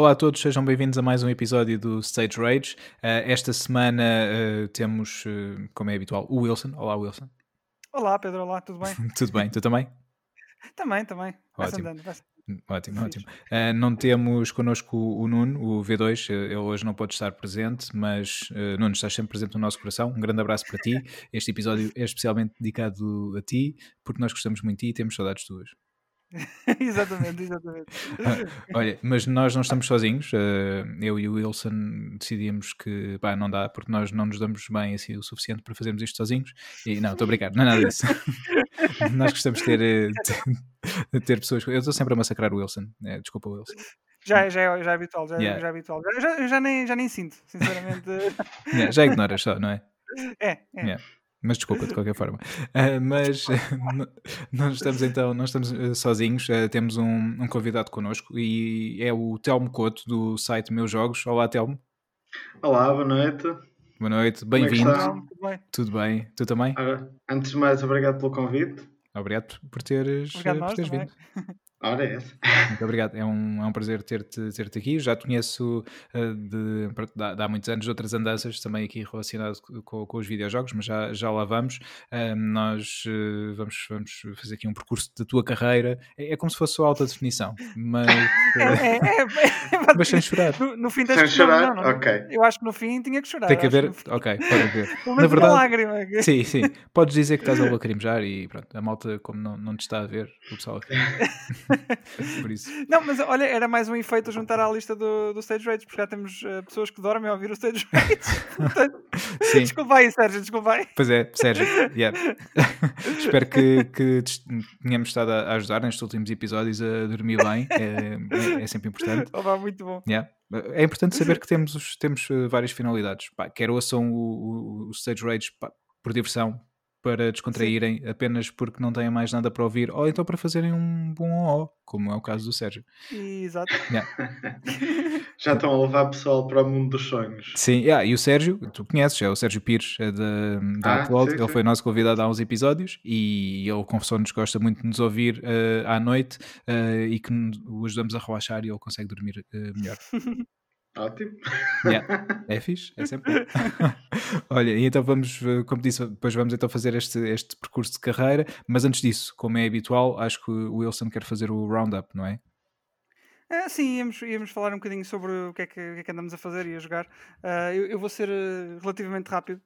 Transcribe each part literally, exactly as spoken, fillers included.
Olá a todos, sejam bem-vindos a mais um episódio do Stage Rage. Uh, esta semana uh, temos, uh, como é habitual, o Wilson. Olá, Wilson. Olá, Pedro, olá, tudo bem? Tudo bem, tu também? Também, também. Vai-se Ótimo, andando, vai-se ótimo, tudo ótimo. fixe. Uh, não temos connosco o Nuno, o V dois, uh, ele hoje não pode estar presente, mas uh, Nuno, estás sempre presente no nosso coração. Um grande abraço para ti. Este episódio é especialmente dedicado a ti, porque nós gostamos muito de ti e temos saudades tuas. Exatamente, exatamente. Ah, olha, mas nós não estamos sozinhos. uh, eu e o Wilson decidimos que pá, não dá, porque nós não nos damos bem assim o suficiente para fazermos isto sozinhos. E não, estou a brincar, não é nada disso. Nós gostamos de ter, eh, de ter pessoas. Eu estou sempre a massacrar o Wilson. É, desculpa, Wilson. Já, é- já, é- já é habitual, já, é- Yeah. já é habitual. Já, já, eu já nem, já nem sinto, sinceramente. Yeah, já ignoras só, não é? É, é. Yeah. Mas desculpa, de qualquer forma. Uh, mas uh, não estamos então, não estamos uh, sozinhos, uh, temos um, um convidado connosco e é o Telmo Couto do site Meus Jogos. Olá, Telmo. Olá, boa noite. Boa noite, Como é que bem-vindo. está? Então, tudo bem. Tudo bem? Tu também? Ora, antes de mais, obrigado pelo convite. Obrigado por teres, Obrigado uh, por nós teres também. vindo. Ora, é essa. Muito obrigado, é um, é um prazer ter-te ter-te aqui. Já te conheço uh, de, pronto, de, há- de há muitos anos de outras andanças, também aqui relacionado com, com os videojogos, mas já, já lá vamos. Uh, nós uh, vamos, vamos fazer aqui um percurso da tua carreira. É, é como se fosse a alta definição, mas, É, uh, é, é, é, mas sem chorar. No, no fim tens Sem que chorar? não, não, não. Ok. Eu acho que no fim tinha que chorar. Tem que acho haver. no fim- Ok, podem ver. Pelo Na menos uma verdade, lágrima. sim, sim. Podes dizer que estás a lacrimejar e pronto, a malta, como não, não te está a ver, o pessoal aqui. Por isso. Não, mas olha, era mais um efeito a juntar à lista do, do Stage Rage, porque já temos uh, pessoas que dormem a ouvir o Stage Rage. Portanto, Sim. desculpa aí, Sérgio, desculpa aí. Pois é, Sérgio, yeah. Espero que, que te- tenhamos estado a ajudar nestes últimos episódios a dormir bem, é, é- é sempre importante. Opa, muito bom. Yeah. É importante saber que temos, os- temos uh, várias finalidades. Pá, quer ouçam o, o, o Stage Rage pá, por diversão, para descontraírem apenas porque não têm mais nada para ouvir, ou então para fazerem um bom ó, como é o caso do Sérgio. Exato. Yeah. Já estão a levar pessoal para o mundo dos sonhos. Sim, yeah, e o Sérgio, tu conheces, é o Sérgio Pires, é da, da Ah, Upload. sim, Ele sim. foi nosso convidado há uns episódios e ele confessou-nos que gosta muito de nos ouvir eh, à noite eh, e que nos- o ajudamos a relaxar e ele consegue dormir eh, melhor. Ótimo. Yeah. É fixe, é sempre bom. Olha, e então vamos, eh, como disse, depois vamos então fazer este, este percurso de carreira, mas antes disso, como é habitual, acho que o Wilson quer fazer o roundup, não é? Ah, sim, íamos, íamos falar um bocadinho sobre o que é que, o que é que andamos a fazer e a jogar. Ah, eu, eu vou ser eh, relativamente rápido,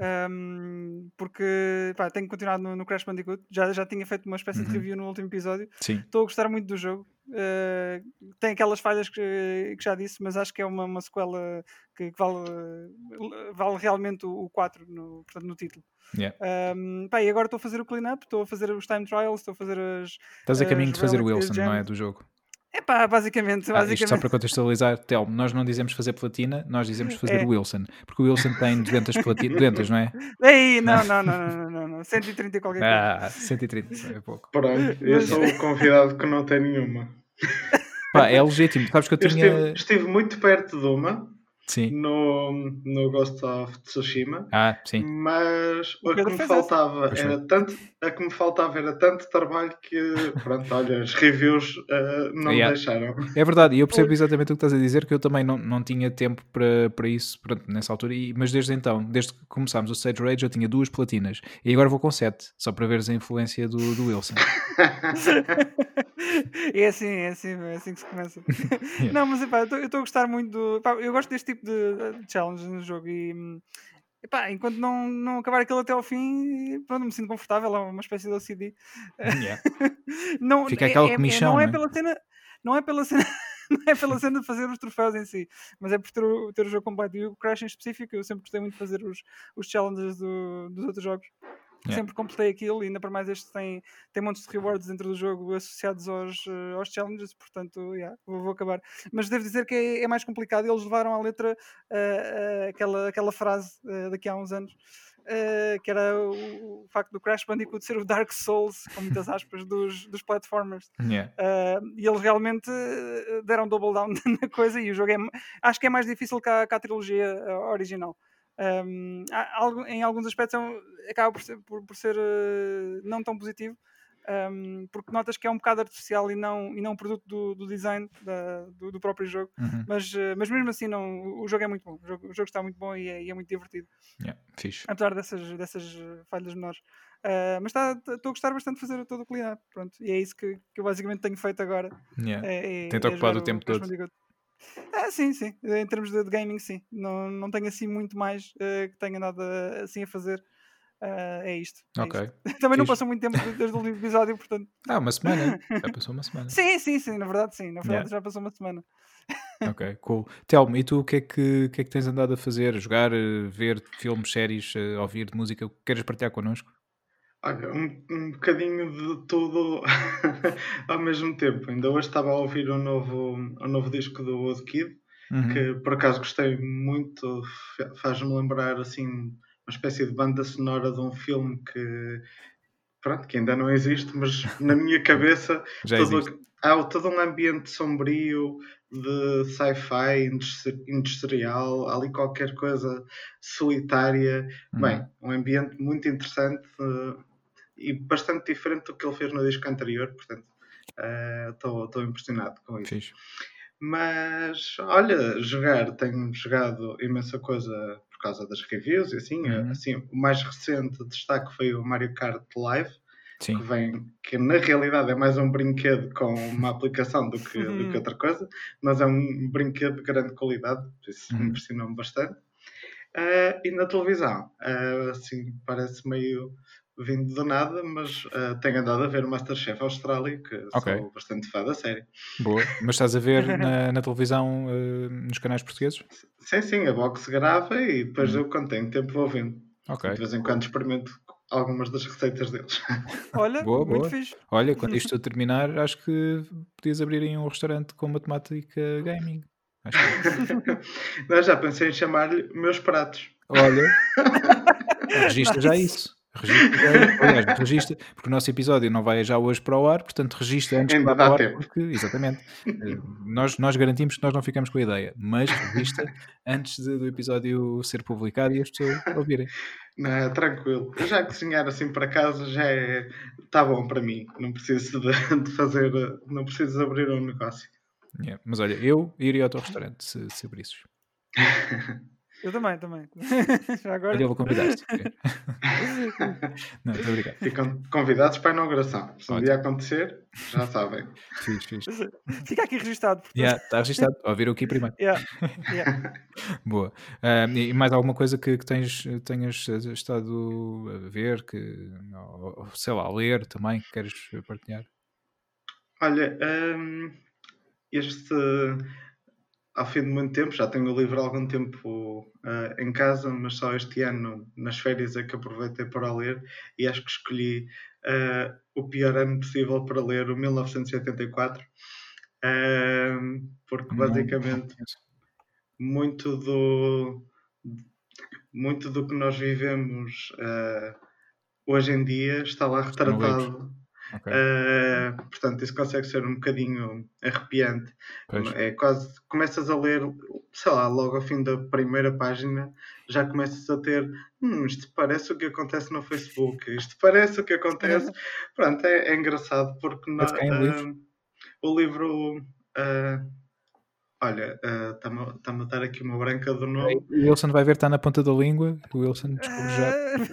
ahm, porque pá, tenho continuado no, no Crash Bandicoot. Já, já tinha feito uma espécie de Uhum. review no último episódio. Sim. Estou a gostar muito do jogo. Ah, tem aquelas falhas que, que já disse, mas acho que é uma, uma sequela que, que vale, eh, vale realmente o, o quatro no, portanto, no título. Yeah. Um, pá, e agora estou a fazer o clean-up, estou a fazer os time trials, estou a fazer as. Estás a as caminho de fazer o relics, Wilson, as não é? gems. Do jogo. É pá, basicamente, Ah, isto só basicamente. para contextualizar, Telmo, nós não dizemos fazer platina, nós dizemos fazer É. o Wilson, porque o Wilson tem duzentas platinas, duzentas, não é? Ei, não, não, não, não, não, não, não. cento e trinta e qualquer coisa. Ah, cento e trinta, é pouco. Pronto, eu Mas- sou o convidado que não tem nenhuma. Pá, é legítimo, sabes que eu Eu tinha... estive, estive muito perto de uma Sim, no, no Ghost of Tsushima, ah, sim, mas O a que Pedro me fez faltava Pois era tanto, a que me faltava era tanto trabalho que, pronto, olha, as reviews eh, não Yeah. me deixaram. é verdade, e eu percebo exatamente o que estás a dizer, que eu também não, não tinha tempo para, para isso, pronto, nessa altura, e, mas desde então, desde que começámos o Stage Rage eu tinha duas platinas, e agora vou com sete, só para veres a influência do, do Wilson. É assim, é assim, é assim que se começa. Yeah. Não, mas epá, eu estou a gostar muito do. Epá, eu gosto deste tipo de, de challenge no jogo e. hum, Epá, enquanto não, não acabar aquilo até ao fim, pronto, me sinto confortável, é uma espécie de O C D. Yeah. Não, Fica é- aquela é- é- comichão, não é não é? pela cena, não é pela cena, não é pela cena de fazer os troféus em si, mas é por ter o, ter o jogo completo. E o Crash em específico, eu sempre gostei muito de fazer os, os challenges do- dos outros jogos. Yeah. Sempre completei aquilo e ainda para mais este tem, tem montes de rewards dentro do jogo associados aos, eh, aos challenges, portanto, yeah, vou, vou acabar. Mas devo dizer que é, é mais complicado. Eles levaram à letra eh, eh, aquela, aquela frase eh, daqui a uns anos, eh, que era o, o facto do Crash Bandicoot ser o Dark Souls, com muitas aspas, dos, dos platformers. Yeah. Uh, e eles realmente uh, deram double down na coisa e o jogo é, acho que é mais difícil que a, que a trilogia uh, original. Um, há, algo- em alguns aspectos é um- acaba por ser, por, por ser uh, não tão positivo, um, porque notas que é um bocado artificial e não, e não um produto do, do design da, do, do próprio jogo. Uhum. Mas, uh, mas mesmo assim, não, o jogo é muito bom. O jogo, o jogo está muito bom e é, e é muito divertido. Yeah, fixe. Apesar dessas, dessas falhas menores. Uh, mas estou a gostar bastante de fazer todo o clean-up. Pronto. E é isso que, que eu basicamente tenho feito agora. Yeah. É, é, Tem-te é ocupado jogar o tempo Crash todo. Bandicoot. Ah, sim, sim. Em termos de, de gaming, sim. Não, não tenho assim muito mais uh, que tenha nada assim a fazer. Uh, é isto. É Ok. isto. Também não Fixe. passou muito tempo de- desde o último episódio, portanto. Ah, uma semana. Já passou uma semana. Sim, sim, sim. Na verdade, sim. Na verdade, Yeah. já passou uma semana. Ok, cool. Telmo, e tu o que, é que, o que é que tens andado a fazer? Jogar, eh, ver filmes, séries, eh, ouvir de música? O que queres partilhar connosco? Olha, um, um bocadinho de tudo ao mesmo tempo. Ainda hoje estava a ouvir um novo, um novo disco do Woodkid, Uhum. que por acaso gostei muito, fa- faz-me lembrar assim uma espécie de banda sonora de um filme que, pronto, que ainda não existe, mas na minha cabeça Já todo, existe. há todo um ambiente sombrio de sci-fi industri- industrial, há ali qualquer coisa solitária. Uhum. Bem, um ambiente muito interessante eh, e bastante diferente do que ele fez no disco anterior, portanto estou impressionado com isso. Fixe. Mas olha, jogar, tenho jogado imensa coisa por causa das reviews e assim, Uhum. assim o mais recente destaque foi o Mario Kart Live, que Sim. vem, que na realidade é mais um brinquedo com uma aplicação do que, do que outra coisa, mas é um brinquedo de grande qualidade, por isso Uhum. impressionou-me bastante. Uh, e na televisão, uh, assim, parece meio vindo do nada, mas uh, tenho andado a ver o Masterchef Austrália, que Ok. sou bastante fã da série. Boa. Mas estás a ver na, na televisão, eh, nos canais portugueses? Sim, sim, a box grava e depois Uhum. eu, quando tenho tempo, vou vendo. Ok. De vez em quando experimento algumas das receitas deles. Olha, Boa, muito boa. fixe. Olha, quando isto terminar, acho que podias abrir aí um restaurante com matemática gaming. Acho que... Mas já pensei em chamar-lhe Meus Pratos. Olha, registra já Nice. isso. Registra já isso. Aliás, registra, porque o nosso episódio não vai já hoje para o ar, portanto registra antes que Ainda vá para o dá ar, tempo. porque, exatamente, eh, nós, nós garantimos que nós não ficamos com a ideia, mas registra antes de- do episódio ser publicado e as pessoas ouvirem. Não, tranquilo. Eu já cozinhar assim para casa já é. Está bom para mim. Não preciso de, de fazer. Não preciso de abrir um negócio. Yeah. Mas olha, eu iria ao teu restaurante se, se abrisses. Eu também, também. Já agora. Olha, eu vou convidar-te. se queres. Não, estou obrigado. Ficam convidados para a inauguração. Se um Ótimo. dia acontecer, já sabem. Fiz, fiz. Fica aqui registado. Portanto. Yeah, está registado. Ouviram aqui primeiro. Yeah, yeah. Boa. Ah, e mais alguma coisa que, que tens, tenhas estado a ver, que, ou, ou, sei lá, a ler também, que queres partilhar? Olha, hum, este. Ao fim de muito tempo, já tenho o livro há algum tempo uh, em casa, mas só este ano, nas férias, é que aproveitei para o ler e acho que escolhi uh, o pior ano possível para ler, o mil novecentos e oitenta e quatro, uh, porque Não, basicamente não muito do, muito do que nós vivemos uh, hoje em dia está lá retratado. Okay. Uh, portanto, isso consegue ser um bocadinho arrepiante. Pois. É quase, começas a ler, sei lá, logo ao fim da primeira página, já começas a ter, hum, isto parece o que acontece no Facebook, isto parece o que acontece. Pronto, é, é engraçado porque na, Quem, uh, livro? o livro, uh, olha, está-me uh, tá a dar aqui uma branca do nome. O Wilson vai ver, está na ponta da língua. O Wilson descobre já.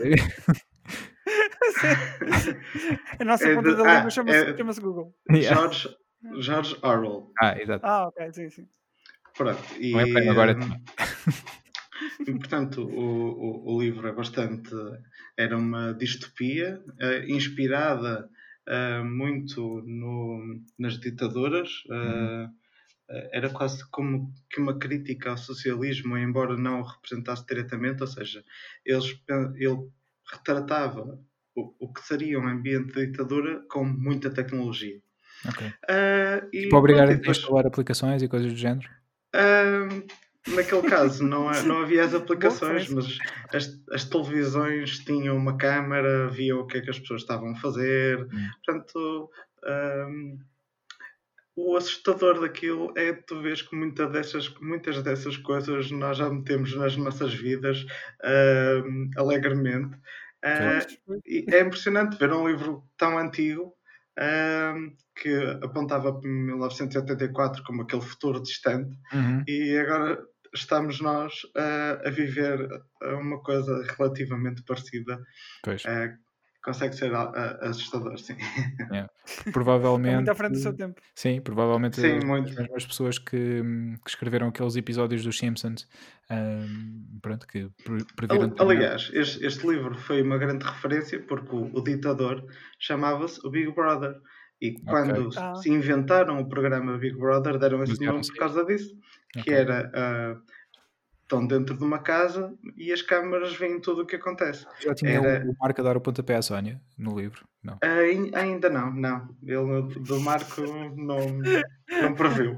A nossa É ponta de, da língua ah, chama-se é chama Google. George, George Orwell. Ah, exato. Ah, ok, sim, sim. Pronto, e, Não é bem, agora e portanto o, o, o livro é bastante, era uma distopia uh, inspirada uh, muito no, nas ditaduras, uh, Uhum. era quase como que uma crítica ao socialismo, embora não o representasse diretamente, ou seja, eles, ele retratava o, o que seria um ambiente de ditadura com muita tecnologia. Ok. Uh, e tipo, obrigarem-te depois, a instalar aplicações e coisas do género? Uh, naquele caso não, não havia as aplicações, Boa, mas as, as televisões tinham uma câmara, viam o que é que as pessoas estavam a fazer. Hum. Portanto, um, o assustador daquilo é tu vês que muita dessas, muitas dessas coisas nós já metemos nas nossas vidas uh, alegremente. Uh, e é impressionante ver um livro tão antigo um, que apontava para mil novecentos e oitenta e quatro como aquele futuro distante, Uhum. e agora estamos nós uh, a viver uma coisa relativamente parecida. Pois. Uh, consegue ser uh, assustador, sim. Yeah. Está Provavelmente, muito à frente do seu tempo. sim, provavelmente Sim, as, muito. as mesmas pessoas que, que escreveram aqueles episódios dos Simpsons, um, pronto, que pre- previram Al- Aliás, este, este livro foi uma grande referência porque o, o ditador chamava-se o Big Brother. E quando Ok, Ah, se inventaram o programa Big Brother, deram esse nome basearam-se por a isto. causa disso, que Ok. era uh, estão dentro de uma casa e as câmaras veem tudo o que acontece. Já tinha o, Era o Marco a dar o pontapé à Sónia no livro? Não. ai- ainda não, não. Ele do Marco não, não previu.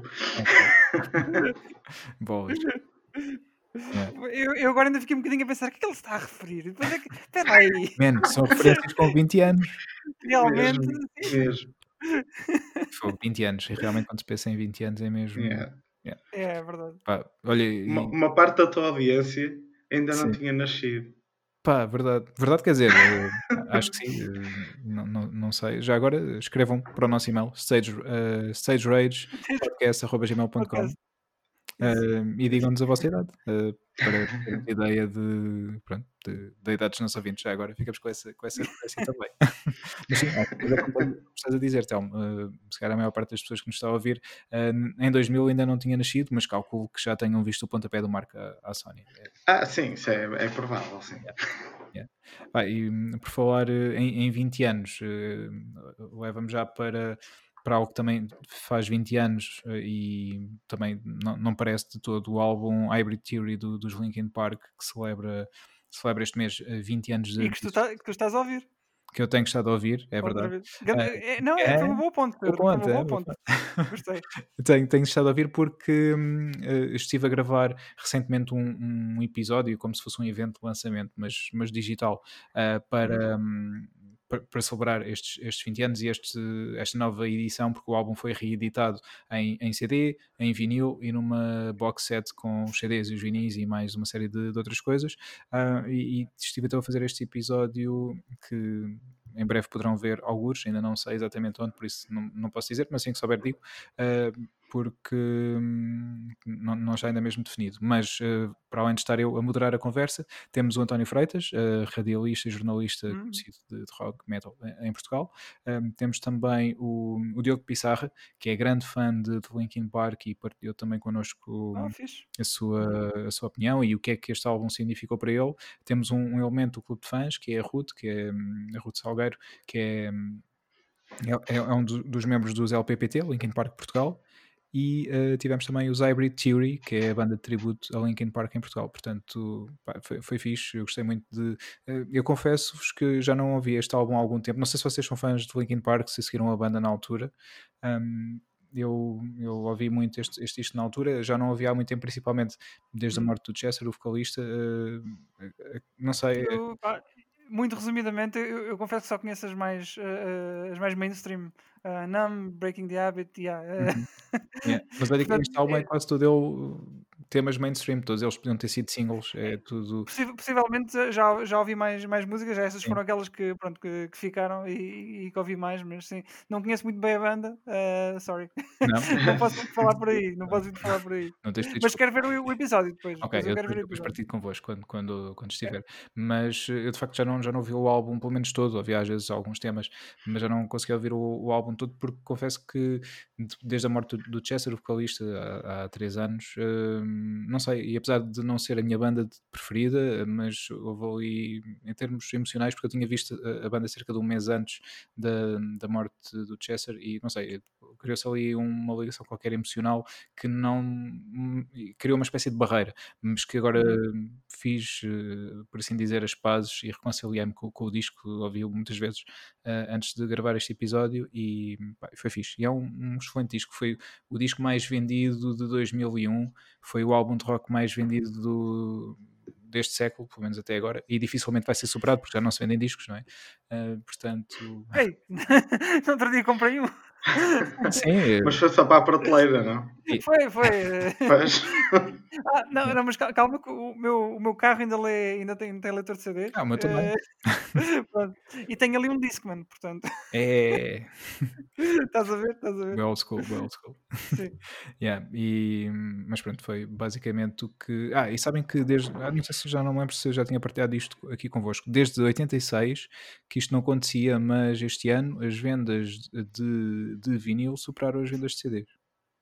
Ok. Bolas. Yeah. eu, eu agora ainda fiquei um bocadinho a pensar o que é que ele está a referir. Depois é que, espera aí, Man, são referências com vinte anos. realmente, Mesmo, mesmo. Foi vinte anos. E realmente quando se pensa em vinte anos é mesmo. Yeah. Yeah. é verdade. Pá, olha, Uma, e, uma parte da tua audiência ainda não sim. tinha nascido. Pá, verdade. Verdade quer dizer, eh, acho que sim. eh, não, não, não sei. Já agora escrevam para o nosso e-mail stage, uh, stageragebodcast arroba gmail ponto com. Podcast. Isso. Uh, e digam-nos a vossa idade, uh, para termos ideia de, pronto, de- da idade dos nossos ouvintes. Já agora ficamos com essa, com essa referência também. Mas sim, acho que é como estás a dizer, Telmo, uh, se calhar a maior parte das pessoas que nos está a ouvir uh, em dois mil ainda não tinha nascido, mas calculo que já tenham visto o pontapé do Marco à, à Sónia. É, Ah, sim, isso é, é provável, sim. yeah, yeah. Pá, e hum, por falar uh, em, em vinte anos, uh, leva-me já para para algo que também faz vinte anos uh, e também não, não parece de todo o álbum Hybrid Theory do, dos Linkin Park, que celebra, celebra este mês uh, vinte anos de, E que tu, tá, que tu estás a ouvir. que eu tenho estado a ouvir, é Outra verdade. vez. Ganda- Uh, é, não, é, é, foi uma boa ponte, Boa Pedro. Foi ponto, uma é, boa boa ponte. ponto. Gostei. tenho, tenho estado a ouvir porque hum, uh, estive a gravar recentemente um, um episódio, como se fosse um evento de lançamento, mas, mas digital, uh, para, hum, para, para celebrar estes, estes vinte anos e este, esta nova edição, porque o álbum foi reeditado em, em C D, em vinil e numa box set com os C Ds e os vinis e mais uma série de, de outras coisas. Uh, e, e estive então a fazer este episódio que em breve poderão ver algures, ainda não sei exatamente onde, por isso não, não posso dizer, mas assim que souber digo, uh, porque hum, não, não está ainda mesmo definido. Mas uh, para além de estar eu a moderar a conversa, temos o António Freitas, uh, radialista e jornalista Hum. conhecido de, de rock metal em, em Portugal. Um, temos também o, o Diogo Pissarra, que é grande fã de, de Linkin Park e partilhou também connosco Ah, fixe. a sua, a sua opinião e o que é que este álbum significou para ele. Temos um, um elemento do clube de fãs, que é a Ruth, que é hum, a Ruth Salgueiro, que é, hum, é, é um do- dos membros dos L P P T, Linkin Park Portugal, e uh, tivemos também os Hybrid Theory, que é a banda de tributo a Linkin Park em Portugal. Portanto, pá, foi, foi fixe, eu gostei muito de... Uh, eu confesso-vos que já não ouvi este álbum há algum tempo, não sei se vocês são fãs de Linkin Park, se seguiram a banda na altura. Um, eu, eu ouvi muito este, este isto na altura, já não ouvi há muito tempo, principalmente desde a Hum. morte do Chester, o vocalista. Uh, uh, não sei, uh, Eu, pá, muito resumidamente, eu, eu confesso que só conheço as mais, eh, eh, as mais mainstream. Uh, Numb, Breaking the Habit, yeah. eh, uhum. Yeah. Mas olha que portanto, este álbum é é- quase todo ele temas mainstream, todos eles podiam ter sido singles, é tudo. possi- possivelmente já, já ouvi mais, mais músicas, essas Sim. foram aquelas que, pronto, que, que ficaram e, e que ouvi mais, mas sim, não conheço muito bem a banda, eh, sorry. Não? Não posso muito falar por aí, não posso muito falar por aí. Não tens pedido Mas desculpa. quero ver o, o episódio depois, Ok, depois eu eu quero depois, ver o depois episódio. partilho convosco quando, quando, quando É. estiver. Mas eh, eu de facto já não, já não ouvi o álbum, pelo menos todo, ouvi às vezes alguns temas, mas já não consegui ouvir o, o álbum todo porque confesso que de- desde a morte do, do Chester, o vocalista, há, há três anos, eh, não sei, e apesar de não ser a minha banda de- preferida, eh, mas houve ali, em termos emocionais, porque eu tinha visto a, a banda cerca de um mês antes da, da morte do Chester e não sei, criou-se ali uma ligação qualquer emocional que não hum, criou uma espécie de barreira, mas que agora Uhum. fiz, eh, por assim dizer, as pazes e reconciliei-me com, com o disco, ouvi-o muitas vezes eh, antes de gravar este episódio e pá, foi fixe. E é um, um excelente disco, foi o disco mais vendido de dois mil e um, foi o álbum de rock mais vendido do, deste século, pelo menos até agora, e dificilmente vai ser superado porque já não se vendem discos, não é? Eh, portanto, Ei, no outro dia comprei um. Sim, Mas foi só para a prateleira, não? e- Foi, foi. eh, Pois. Ah, não, não, mas cal- calma que o meu, o meu carro ainda, lê, ainda tem, tem leitor de C Ds. ah, o meu também. eh, pronto. E tem ali um Discman, portanto. É Estás a ver? Estás a ver? bem old school, bem old school. Sim. Yeah, e, mas pronto, foi basicamente o que. Ah, e sabem que desde. Ah, não sei se já não me lembro se eu já tinha partilhado isto aqui convosco. Desde oitenta e seis que isto não acontecia, mas este ano as vendas de, de vinil superaram as vendas de C Ds.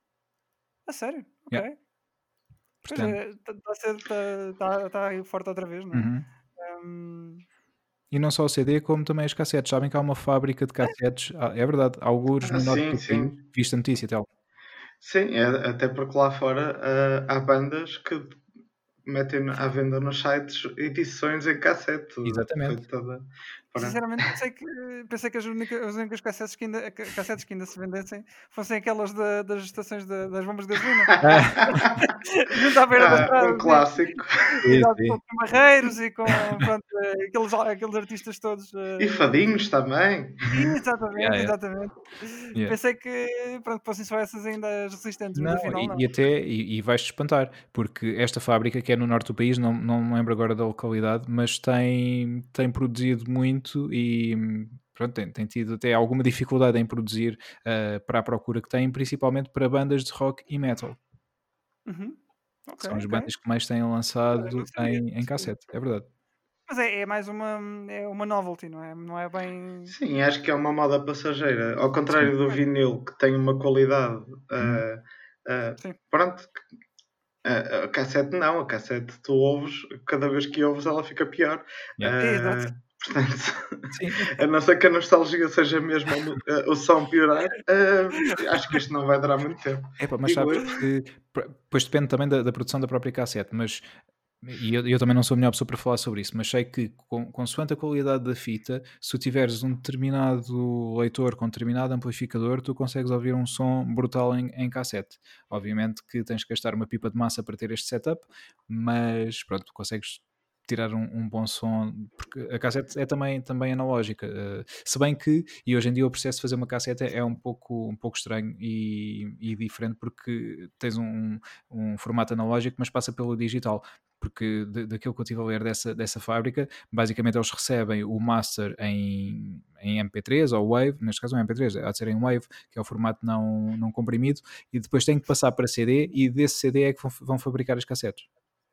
A sério? Ok. Yeah, Pois portanto, é, está tá, tá aí forte outra vez, não é? uhum. Hum, E não só o C D, como também as cassetes. Sabem que há uma fábrica de cassetes, ah, é verdade, algures Ah, no norte sim, do país. sim. Viste a notícia, Tel? Sim, é, até porque lá fora ah, há bandas que metem à venda nos sites edições em cassete. Foi Exatamente. toda. Pronto. sinceramente, pensei que, pensei que as únicas, as únicas cassetes, que ainda, ca- cassetes que ainda se vendessem fossem aquelas da- das estações da- das bombas de gasolina. Ah, Junto à beira da Ah, estrada. um clássico. sim, Exato, sim. com camarreiros e com pronto, eh, aqueles, aqueles artistas todos. E eh, fadinhos também. Exatamente, Yeah, yeah, exatamente. yeah. Pensei que pronto, que fossem só essas ainda as resistentes, mas Não, afinal e, não. e até, e, e vais-te espantar, porque esta fábrica, que é no norte do país, não, não me lembro agora da localidade, mas tem, tem produzido muito e hum, pronto, tem, tem tido até alguma dificuldade em produzir ah, para a procura que tem, principalmente para bandas de rock e metal, Uhum. que Ok, são as ok. bandas que mais têm Olha, não lançado sabia, em, não em sabia. cassete, é verdade. Mas é, é mais uma, é uma novelty, não é? Não é bem. Sim, acho que é uma moda passageira. Ao Sim. contrário do Pois, vinil, que tem uma qualidade. Uhum. ah, ah, sim. pronto. A, a cassete não, a cassete tu ouves, cada vez que ouves ela fica pior. Yeah. Exato. Ah, portanto, Sim, a não ser que a nostalgia seja mesmo a mu- a- o som piorar, ah, acho que isto não vai durar muito tempo. epá, mas Digo sabes eu. que pr- depois depende também da, da produção da própria cassete, mas e eu, eu também não sou a melhor pessoa para falar sobre isso, mas sei que com, consoante a qualidade da fita, se tu tiveres um determinado leitor com determinado amplificador, tu consegues ouvir um som brutal em, em cassete. Obviamente que tens que gastar uma pipa de massa para ter este setup, mas pronto, tu consegues tirar um, um bom som, porque a cassete é também, também analógica, eh, se bem que, e hoje em dia o processo de fazer uma cassete é um pouco, um pouco estranho e, e diferente, porque tens um, um formato analógico, mas passa pelo digital, porque de- daquilo que eu estive a ler dessa, dessa fábrica, basicamente eles recebem o master em, em M P três ou Wave, neste caso não é M P três, há de ser em Wave, que é o formato não, não comprimido, e depois têm que passar para C D, e desse C D é que vão, vão fabricar as cassetes.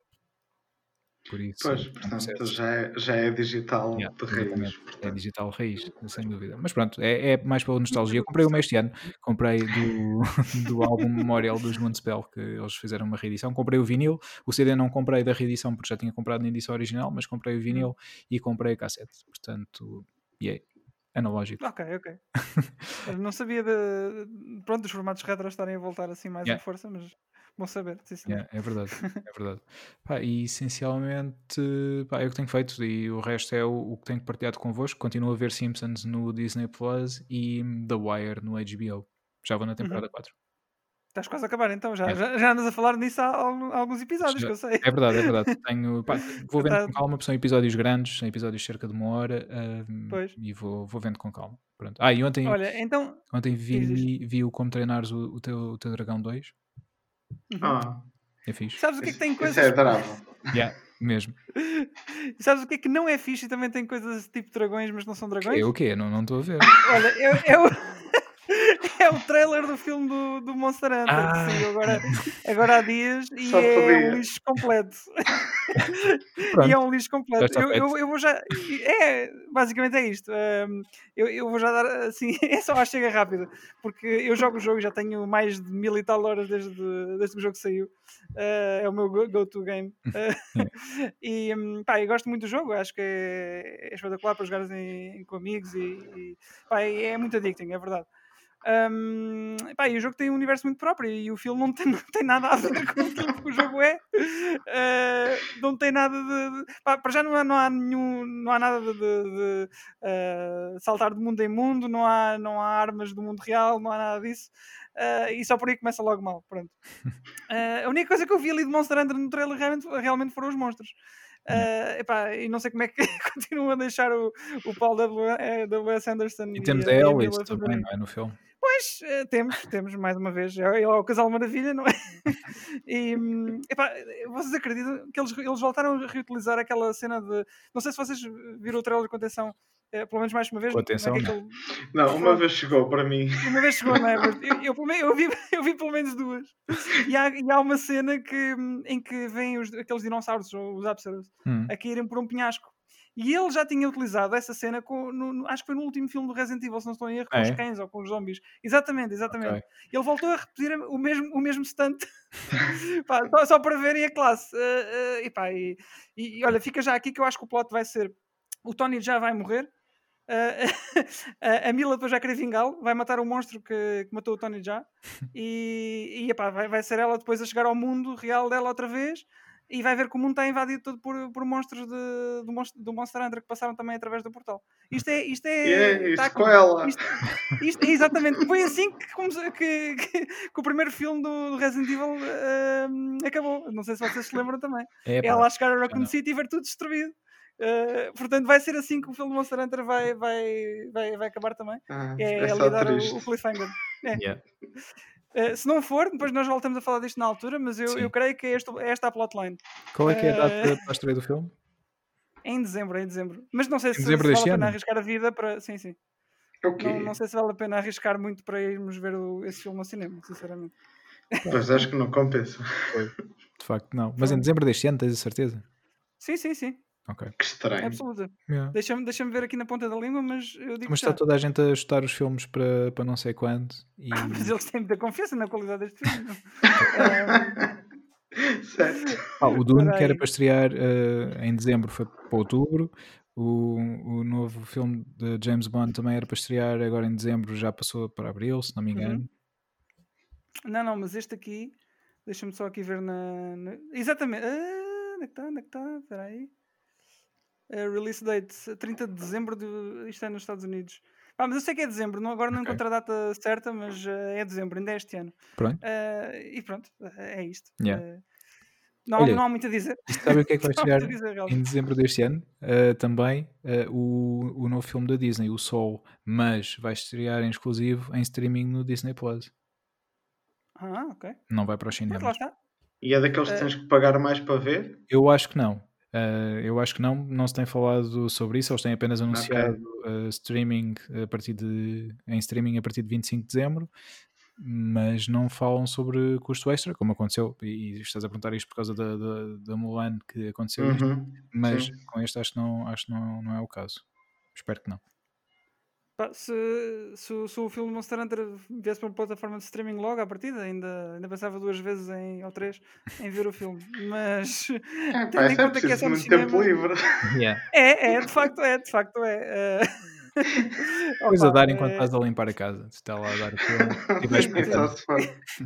Por isso Pois, é um portanto, processo. já é, já é digital Yeah, de raiz. exatamente. É Portanto. digital raiz, sem dúvida. Mas pronto, é, é mais pela nostalgia. Comprei uma este ano, comprei do, do álbum Memorial dos Municipal, que eles fizeram uma reedição. Comprei o vinil, o C D não comprei da reedição porque já tinha comprado na edição original, mas comprei o vinil Hum. e comprei a cassete. Portanto, yeah, analógico. Ok, ok. Eu não sabia de, pronto, dos formatos retro estarem a voltar assim mais Yeah, em força, mas bom saber, sim senhor. yeah, é verdade, é verdade. Pá, e essencialmente, pá, é o que tenho feito e o resto é o, o que tenho partilhado convosco. Continuo a ver Simpsons no Disney Plus e The Wire no H B O. Já vou na Uhum. temporada quatro. Estás quase a acabar então, já, Yeah. já, já andas a falar nisso há, algum- há alguns episódios Já- que eu sei. É verdade, é verdade. Tenho, pá, vou vendo Tá- com calma, porque são episódios grandes, são episódios de cerca de uma hora, ahm, Pois. e vou, vou vendo com calma. Pronto. Ah, e ontem, Olha, então. ontem Diz, diz. vi, vi o Como Treinares o, o teu, o teu Dragão dois. Uhum. Ah, É fixe. Sabes o que é que isso, tem isso coisas. é adorável. Yeah, mesmo. E sabes o que é que não é fixe e também tem coisas tipo dragões, mas não são O quê? dragões? O quê? Não não estou a ver. Olha, é, é, o... é o trailer do filme do, do Monster Hunter que Ah! saiu agora, agora há dias e Só é um podia. lixo completo. E Pronto, é um lixo já completo. está Eu, feito. eu, eu vou já. É, basicamente é isto. Hum, eu, eu vou já dar assim. É só a chega rápida. Porque eu jogo o jogo e já tenho mais de mil e tal horas desde, desde que o jogo saiu. Uh, é o meu go- go-to game. Uh, Yeah. e hum, pá, eu gosto muito do jogo. Acho que é, é espetacular para jogar em, com amigos. E, e pá, é muito addicting, é verdade. Um, pá, e o jogo tem um universo muito próprio e o filme não tem, não tem nada a ver com aquilo que o jogo é. Uh, não tem nada de. de pá, para já não há, não há nenhum. Não há nada de, de, de uh, saltar de mundo em mundo, não há, não há armas do mundo real, não há nada disso. Uh, e só por aí começa logo mal. Pronto. Uh, a única coisa que eu vi ali de Monster Hunter no trailer realmente, realmente foram os monstros. Uh, epá, e não sei como é que continuam a deixar o, o Paul W S Anderson E e temos a a Mia Alice Miller também, fazerem. não é? No filme. Pois, eh, temos, temos mais uma vez. É, é o Casal Maravilha, não é? E, hum, epá, vocês acreditam que eles, eles voltaram a reutilizar aquela cena de. Não sei se vocês viram o trailer com atenção, eh, pelo menos mais uma vez. Com Não é atenção, que não. aquele. Não, uma Pronto. vez chegou para mim. Uma vez chegou, não é? Mas eu, eu, pelo menos- eu vi, eu vi pelo menos duas. E há, e há uma cena que, hum, em que vêm os, aqueles dinossauros, os Apsaros, Hum. a caírem por um penhasco. E ele já tinha utilizado essa cena, com, no- no- acho que foi no último filme do Resident Evil, se não estou em erro, com Ah, os é? cães ou com os zombies. Exatamente, exatamente. Ok. Ele voltou a repetir o mesmo, o mesmo stunt. Pá, só, só para verem a classe. Eh, eh, e, pá, e, e- e olha, fica já aqui que eu acho que o plot vai ser: o Tony já vai morrer. Uh, a- a Mila depois já querer vingá-lo, vai matar o monstro que, que matou o Tony já, e, e epá, vai, vai ser ela depois a chegar ao mundo real dela outra vez, e vai ver que o mundo está invadido todo por, por monstros de, do, monstro, do Monster Hunter que passaram também através do portal. Isto é. Isto é. E é tá isso com aqui. ela. Isto, isto é exatamente. Foi assim que, começou- que, que- que o primeiro filme do, do Resident Evil uh, acabou. Não sei se vocês se lembram também. Epá, Ela a chegar a já Raccoon não. City e ver tudo destruído. Uh, portanto, vai ser assim que o filme Monster Hunter vai, vai, vai, vai acabar também. Ah, É, é ali só a dar o, triste. o cliffhanger. É. Yeah. Uh, se não for, depois nós voltamos a falar disto na altura, mas eu, Sim. eu creio que é este- é esta a plotline. Qual é que é a data Uh, para a estreia do filme? é em dezembro, é em dezembro. Mas não sei Em se, se dezembro vale a deste pena ano? arriscar a vida para. Sim, sim. Ok. Não, não sei se vale a pena arriscar muito para irmos ver o- esse filme ao cinema, sinceramente. Pois acho que não compensa. Foi. De facto, não. Mas em Pronto. dezembro deste ano, tens a certeza? Sim, sim, sim. Ok. Que estranho. Absoluta. Yeah. Deixa-me deixa-me ver aqui na ponta da língua, mas eu digo Mas já. está toda a gente a chutar os filmes para, para não sei quando. E... Ah, mas eles têm muita confiança na qualidade deste filme. não? Ah, Certo. Ah, o Dune, espera que era aí. para estrear eh, em dezembro, foi para outubro. O, o novo filme de James Bond também era para estrear agora em dezembro, já passou para abril, se não me engano. Uhum. Não, não, mas este aqui, deixa-me só aqui ver na. na- Exatamente. Ah, onde é que está? Onde é que está? Espera aí. Ah, release date trinta de dezembro, de... isto é nos Estados Unidos. Pá, mas eu sei que é dezembro, não, agora não Ok. encontro a data certa, mas ah, é dezembro, ainda é este ano. Pronto. Ah, e pronto, ah, é isto. Yeah. Ah, não, há- Olha, não há muito a dizer. e sabem o que é que vai Não há muito chegar a dizer, em realmente. dezembro deste ano? Uh, também uh, o, o novo filme da Disney, o Soul, mas vai estrear em exclusivo em streaming no Disney Plus. Ah, ok. Não vai para os Pronto, lá cinemas. está. E é daqueles que Ah, tens que pagar mais para ver? Eu acho que não. Uh, eu acho que não, não se tem falado sobre isso. Eles têm apenas anunciado Ok. uh, streaming a partir de, em streaming a partir de vinte e cinco de dezembro, mas não falam sobre custo extra, como aconteceu. E, e estás a perguntar isto por causa da, da, da Mulan que aconteceu isto, Uhum. mas Sim. com este acho que não, acho que não, não é o caso. Espero que não. pá, se, se, o- se o filme Monster Hunter viesse para uma plataforma de streaming logo à partida, ainda, ainda pensava duas vezes em, ou três em ver o filme. Mas É, pá, tendo em isso é conta que é preciso só no muito tempo cinema. livre. Yeah. É, é, de facto é, de facto é. eh. Coisa a Opa, dar enquanto é, estás a limpar a casa. Se está lá a dar o filme e vais Só pensando. se for.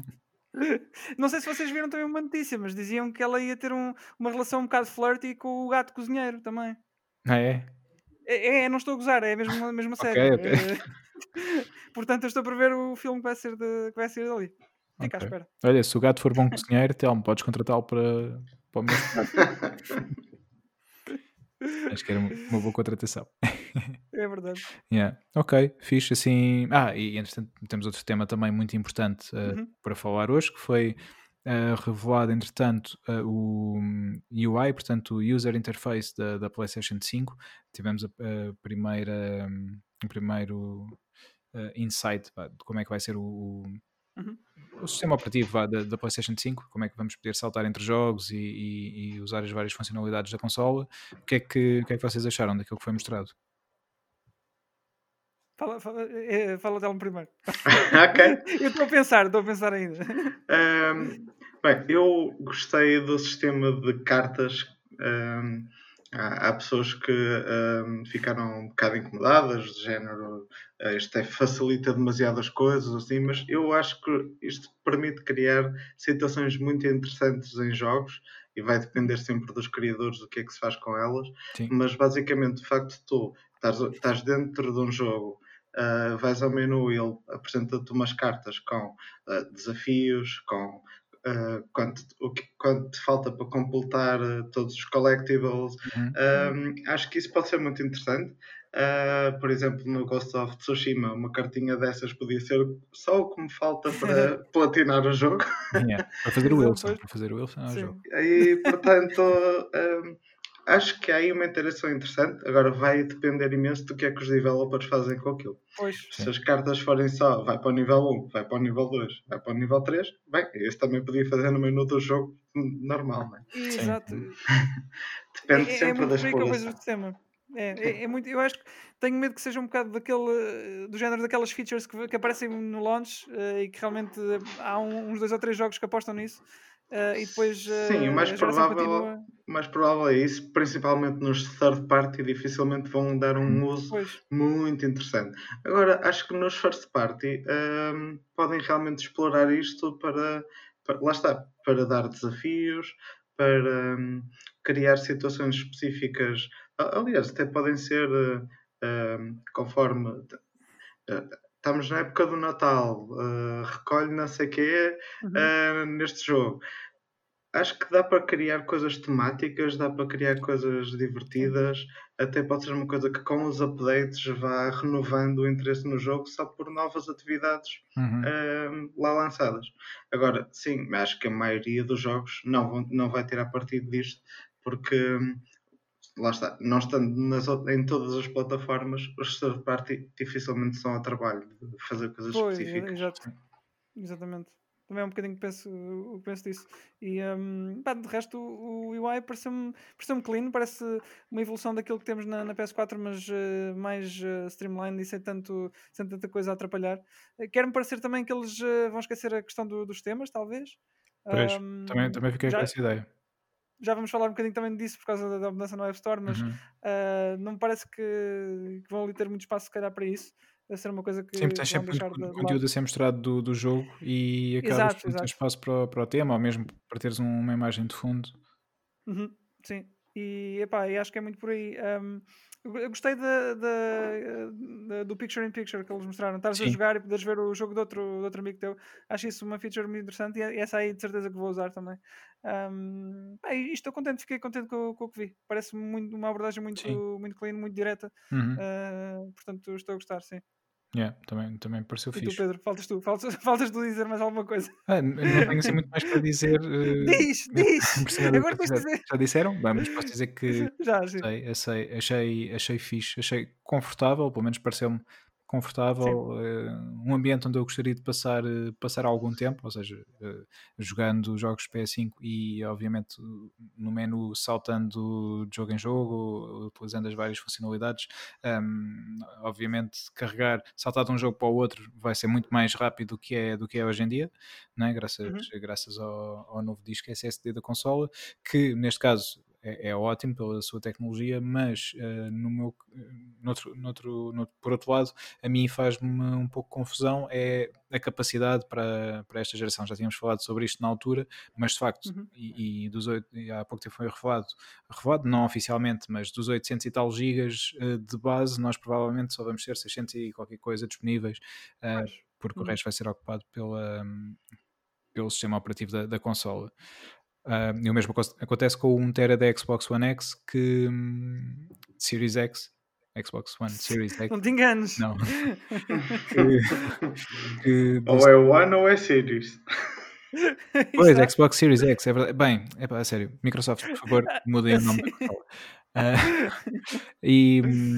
não sei se vocês viram também uma notícia, mas diziam que ela ia ter um- uma relação um bocado flirty com o gato cozinheiro também. Ah, é? É, é, não estou a gozar, é mesmo, mesmo a Ok, sério. ok. Eh, Portanto, eu estou para ver o filme que vai ser, de, que vai ser dali. Fica à Ok. espera. Olha, se o gato for bom cozinheiro, Telmo, podes contratá-lo para, para o meu prato. Acho que era uma uma boa contratação. É verdade. Yeah. Ok, fixe assim. Ah, e entretanto temos outro tema também muito importante uh, Uhum. para falar hoje, que foi uh, revelado entretanto uh, o um, U I, portanto o User Interface da, da PlayStation cinco. Tivemos a, a primeira, um, o primeiro uh, insight vá, de como é que vai ser o, o, Uhum. o sistema operativo vá, da, da PlayStation cinco, como é que vamos poder saltar entre jogos e, e- e usar as várias funcionalidades da consola. O que é que, o que é que vocês acharam daquilo que foi mostrado? Fala, fala, eh, fala dela primeiro. Ok. Eu estou a pensar, estou a pensar ainda. Ahm, bem, eu gostei do sistema de cartas. ahm, há, há pessoas que ahm, ficaram um bocado incomodadas, de género, ah, isto é, facilita demasiadas coisas, assim, mas eu acho que isto permite criar situações muito interessantes em jogos e vai depender sempre dos criadores do que é que se faz com elas. Sim. Mas basicamente, o facto de tu estás, estás dentro de um jogo. Uh, vais ao menu e ele apresenta-te umas cartas com uh, desafios, com uh, quanto, o que, quanto te falta para completar uh, todos os collectibles. Uhum. Um, acho que isso pode ser muito interessante. Uh, por exemplo, no Ghost of Tsushima, uma cartinha dessas podia ser só o que me falta para platinar o jogo. Yeah, para fazer o Wilson, para fazer o Wilson ao jogo. E, portanto, um, acho que há aí uma interação interessante. Agora vai depender imenso do que é que os developers fazem com aquilo. Pois. Se as cartas forem só, vai para o nível um, vai para o nível dois, vai para o nível três, bem, este também podia fazer no menu do jogo normal, não é? Exato. Depende é, é, sempre é muito da por aí que eu vejo o exploração. sistema. É, é, é muito, eu acho que tenho medo que seja um bocado daquele, do género daquelas features que, que aparecem no launch uh, e que realmente uh, há um, uns dois ou três jogos que apostam nisso uh, e depois uh, Sim, o mais a geração provável, continua. mais provável é isso, principalmente nos third party, dificilmente vão dar um uso Pois. muito interessante. Agora, acho que nos first party um, podem realmente explorar isto para, para, lá está, para dar desafios, para um, criar situações específicas. Aliás, até podem ser uh, um, conforme uh, estamos na época do Natal, uh, recolhe não sei o quê Uhum. uh, neste jogo. Acho que dá para criar coisas temáticas, dá para criar coisas divertidas, sim. Até pode ser uma coisa que com os updates vá renovando o interesse no jogo só por novas atividades uhum. uh, lá lançadas. Agora, sim, acho que a maioria dos jogos não, vão, não vai tirar partido disto, porque lá está, não estando nas, em todas as plataformas, os third party dificilmente são ao trabalho de fazer coisas pois, específicas. Exato. Exatamente. Também é um bocadinho que penso, penso disso. E um, pá, de resto, o, o U I pareceu-me pareceu clean, parece uma evolução daquilo que temos na, na P S quatro, mas uh, mais uh, streamlined e sem, tanto, sem tanta coisa a atrapalhar. Uh, Quer-me parecer também que eles uh, vão esquecer a questão do, dos temas, talvez. Pois, um, também, também fiquei já, com essa ideia. Já vamos falar um bocadinho também disso por causa da, da mudança no App Store, mas uhum. uh, não me parece que, que vão ali ter muito espaço, se calhar, para isso. Deve ser uma coisa que Sempre tens vão sempre deixar muito de, de conteúdo lado. a ser mostrado do, do jogo e acabas Exato, por não ter exato. espaço para, para o tema, ou mesmo para teres uma imagem de fundo. Uhum, sim, e, epá, e acho que é muito por aí. Um, eu gostei da, da, da- do Picture in Picture que eles mostraram. Estares a Sim. jogar e poderes ver o jogo de outro, de outro amigo teu. Acho isso uma feature muito interessante e essa aí de certeza que vou usar também. Um, pá, e estou contente, fiquei contente com, com o que vi. Parece muito, uma abordagem muito, muito clean, muito direta. Uhum. Uh, portanto, estou a gostar, sim. Yeah, também, também pareceu E fixe. tu, Pedro, faltas tu, faltas, faltas tu dizer mais alguma coisa. Ah, não tenho assim muito mais para dizer. Uh, diz, diz! por cima do que Agora tens de dizer. Já disseram? Bem, mas posso dizer que Já, sim. sei, achei, achei, achei fixe, achei confortável, pelo menos pareceu-me confortável, uh, um ambiente onde eu gostaria de passar, uh, passar algum tempo, ou seja, uh, jogando jogos P S cinco e obviamente no menu saltando de jogo em jogo, utilizando as várias funcionalidades. Um, obviamente carregar, saltar de um jogo para o outro vai ser muito mais rápido do que é, do que é hoje em dia, não é? Graças, Uhum. graças ao, ao novo disco S S D da consola, que neste caso é, é ótimo pela sua tecnologia, mas uh, no meu, noutro, noutro, noutro, por outro lado, a mim faz-me um pouco confusão é a capacidade para, para esta geração. Já tínhamos falado sobre isto na altura, mas de facto, Uhum. e, e, dos oito, e há pouco tempo foi revelado, revelado, não oficialmente, mas dos oitocentos e tal gigas uh, de base, nós provavelmente só vamos ter seiscentos e qualquer coisa disponíveis, uh, porque uhum. o resto vai ser ocupado pela, um, pelo sistema operativo da, da consola. Uh, e o mesmo acontece com o um tera da Xbox One X, que um, Series X, Xbox One Series X. Não te enganes. Não. que, que ou é One ou é Series. Pois, Xbox Series X, é verdade. Bem, é pá, sério, Microsoft, por favor, mudem o nome da consola. Uh, e,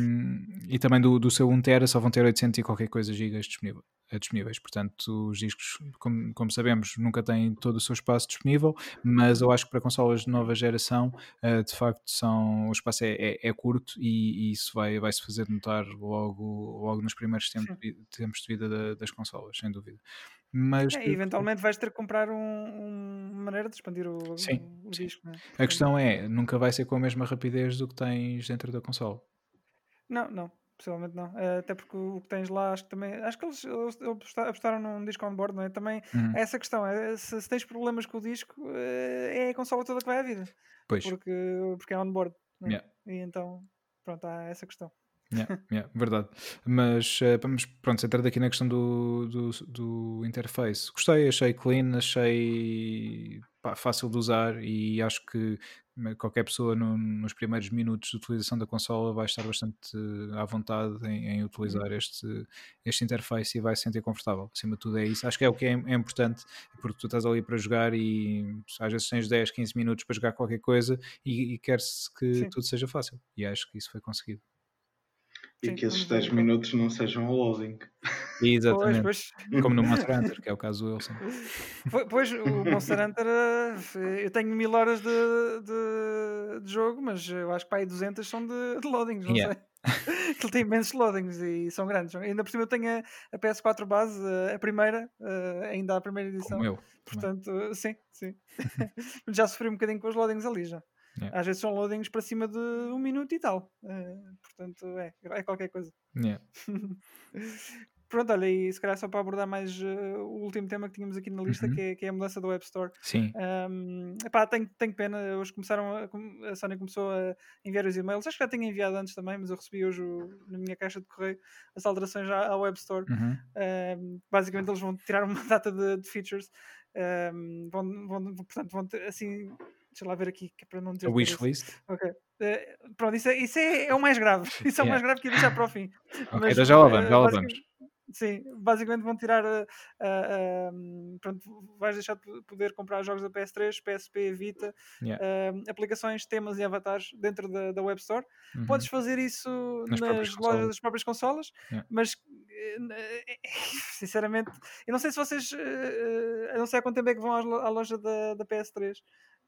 e também do, do seu um tera só vão ter oitocentos e qualquer coisa gigas disponível, disponíveis. Portanto, os discos, como, como sabemos, nunca têm todo o seu espaço disponível, mas eu acho que para consolas de nova geração, uh, de facto, são, o espaço é, é, é curto e, e isso vai, vai se fazer notar logo, logo nos primeiros tempos, tempos de vida da, das consolas, sem dúvida. Mas é, eventualmente vais ter que comprar um, um, uma maneira de expandir o, sim, o sim. disco. Né? A questão é, nunca vai ser com a mesma rapidez do que tens dentro da consola. Não, não, possivelmente não. Uh, até porque o que tens lá, acho que também. Acho que eles, eles apostaram num disco on board, não é? Também uhum. é essa questão. É, se, se tens problemas com o disco, uh, é a consola toda que vai à vida. Pois. Porque, porque é on board. Não é? Yeah. E então, pronto, há essa questão. Yeah, yeah, verdade. Mas uh, vamos, pronto, entrar aqui na questão do, do, do interface. Gostei, achei clean, achei pá, fácil de usar, e acho que qualquer pessoa no- nos primeiros minutos de utilização da consola vai estar bastante à vontade em, em utilizar este, este interface e vai se sentir confortável. Acima de tudo é isso. Acho que é o que é, é importante, porque tu estás ali para jogar e às vezes tens dez, quinze minutos para jogar qualquer coisa e, e quer-se que Sim, tudo seja fácil. E acho que isso foi conseguido. E sim, que esses vamos ver dez então. minutos não sejam a loading. Pois, Exatamente. pois. Como no Monster Hunter, que é o caso do Wilson. Po- Pois, o Monster Hunter, eh, eu tenho mil horas de, de, de jogo, mas eu acho que para aí duzentas são de, de loadings, não Yeah. sei. Aquilo tem imensos loadings e são grandes. Ainda por cima eu tenho a, a P S quatro base, a, a primeira, eh, ainda a primeira edição. Como eu também. Portanto, sim, sim. Já sofri um bocadinho com os loadings ali já. Yeah. Às vezes são loadings para cima de um minuto e tal. Eh, portanto, é, é qualquer coisa. Yeah. Pronto, olha, e se calhar só para abordar mais eh, o último tema que tínhamos aqui na lista, Uhum. que, é, que é a mudança do App Store. Sim. Um, epá, tenho, tenho pena, hoje começaram a, com- a Sony começou a enviar os e-mails, acho que já tinha enviado antes também, mas eu recebi hoje o- na minha caixa de correio as alterações já ao Web Store. Uhum. Um, basicamente eles vão tirar uma data de, de features, um, vão, vão, portanto vão ter, assim, deixa lá ver aqui, que é para não dizer A de cabeça. wishlist. Ok. Eh, pronto, isso, é, isso é, é o mais grave. Isso é o Yeah. mais grave que ia deixar para o fim. Ok, Mas então já lá vamos, eh, já lá basicamente, vamos. sim, basicamente vão tirar. eh, ah, ah, pronto, vais deixar de poder comprar jogos da P S três, P S P, Vita, Yeah. ah, aplicações, temas e avatares dentro da, da Web Store. Uhum. Podes fazer isso Nas próprias nas lojas consolas. das próprias consolas, Yeah. mas eh, eh, sinceramente, eu não sei se vocês, eh, eh, eu não sei há quanto tempo é que vão às lo- à loja da, da P S três.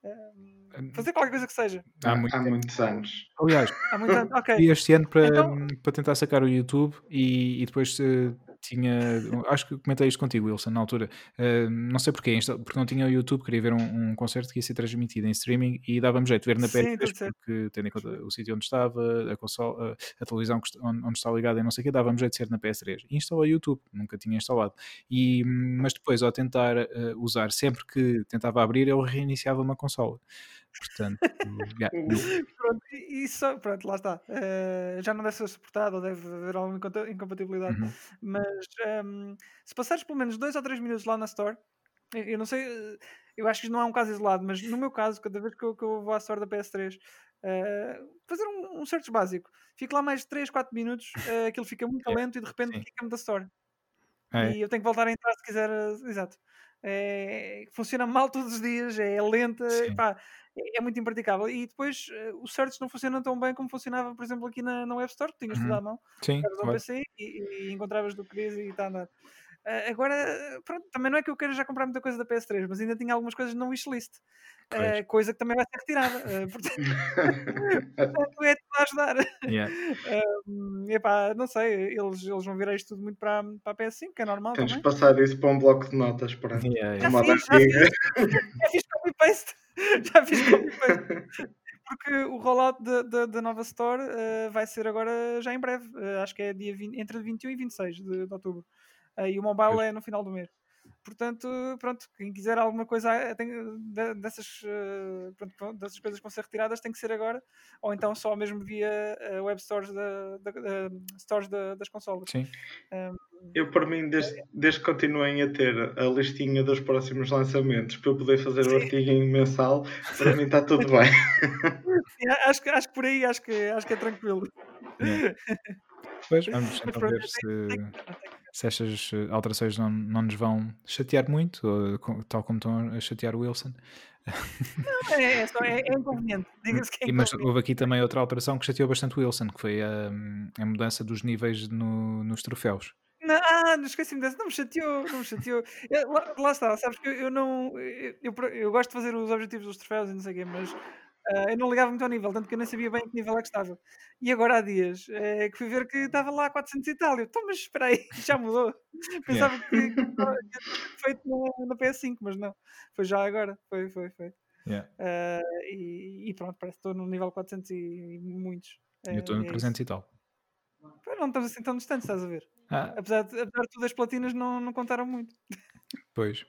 Ah, fazer qualquer coisa que seja. Há Há, muito há tempo. muitos anos. Aliás, Há muito tempo. Ok. fui este ano para, Então, para tentar sacar o YouTube e, e depois eh, tinha. Acho que comentei isto contigo, Wilson, na altura. Eh, não sei porquê, insta- porque não tinha o YouTube, queria ver um, um concerto que ia ser transmitido em streaming e dava-me jeito de ver na sim, P S três, tudo certo. porque tendo em conta o sítio onde estava, a, consola, a, a televisão que est- onde, onde está ligada e não sei o quê, dava-me jeito de ser na P S três. E instalei o YouTube, nunca tinha instalado. E, hum, mas depois, ao tentar eh, usar, sempre que tentava abrir, ele reiniciava uma consola. Portanto, yeah, não. Pronto, e e só, pronto, lá está. Eh, já não deve ser suportado, ou deve haver alguma inconta- incompatibilidade. Uhum. Mas ehm, se passares pelo menos dois ou três minutos lá na Store, eu eu não sei, eh, eu acho que isto não é um caso isolado, mas no meu caso, cada vez que eu, que eu vou à Store da P S três, eh, fazer um, um search básico, fico lá mais três, quatro minutos, eh, aquilo fica muito Yeah, lento e de repente sim. fica-me da Store. Ah, é? E eu tenho que voltar a entrar se quiser. eh, Exato. É, funciona mal todos os dias, é lenta, Sim. pá, é, é muito impraticável. E depois eh, os certos não funcionam tão bem como funcionava, por exemplo, aqui na, na Web Store, que tinhas tudo Uhum. à mão, Sim, estavas ao claro. P C e, e encontravas do que querias e está a andar. Ah, agora, pronto, também não é que eu queira já comprar muita coisa da P S três, mas ainda tinha algumas coisas na wishlist, Pois. ah, coisa que também vai ser retirada. ah, portanto, portanto, é tudo a ajudar. Yeah. Hum, epá, não sei, eles, eles vão virar isto tudo muito para, a- para a P S cinco, que é normal Tens de também. passar isso para um bloco de notas, pronto. Yeah, Já yeah. Moda fiz, já antiga. fiz, já fiz copy-paste, já fiz copy-paste, porque o rollout da- da da nova Store eh, vai ser agora já em breve, eh, acho que é dia vinte, entre vinte e um e vinte e seis de, de outubro. Eh, e o mobile Pois. é no final do mês. Portanto, pronto, quem quiser alguma coisa eh, tem, de- dessas, eh, pronto, dessas coisas que vão ser retiradas tem que ser agora, ou então só mesmo via eh, web stores, da, da- da- stores da- das consolas. Sim. Um, Eu, por mim, desde, desde que continuem a ter a listinha dos próximos lançamentos para eu poder fazer o artigo mensal, para mim está tudo bem. acho, que- acho que por aí acho que, acho que é tranquilo. Yeah. Pois, vamos Mas então pronto, ver tem- se, tem que ser, tem que ser. se estas eh, alterações não, não nos vão chatear muito, ou co- tal como estão a chatear o Wilson. É, é, só, é, é inconveniente. Diga-se que é E, mas inconveniente. houve aqui também outra alteração que chateou bastante o Wilson, que foi a, a mudança dos níveis no- nos troféus. Não, ah, não esqueci-me dessa. Não me chateou, não me chateou. Eu- lá, lá está, sabes que eu, eu não. Eu, eu, eu gosto de fazer os objetivos dos troféus e não sei o quê, mas ah, eu não ligava muito ao nível, tanto que eu nem sabia bem que nível é que estava. E agora há dias é, que fui ver que estava lá a quatrocentos e tal. Eu, então, mas espera aí, já mudou. Yeah. Pensava que, que estava que tinha sido feito na, na P S cinco, mas não. Foi já agora. Foi, foi, foi. Yeah. Ah, e, e pronto, parece que estou no nível quatrocentos e muitos. Eu estou no É, é trezentos isso. e tal. Pá, não estamos assim tão distantes, estás a ver? Ah, Apesar de, apesar de tudo, as platinas não, não contaram muito. pois.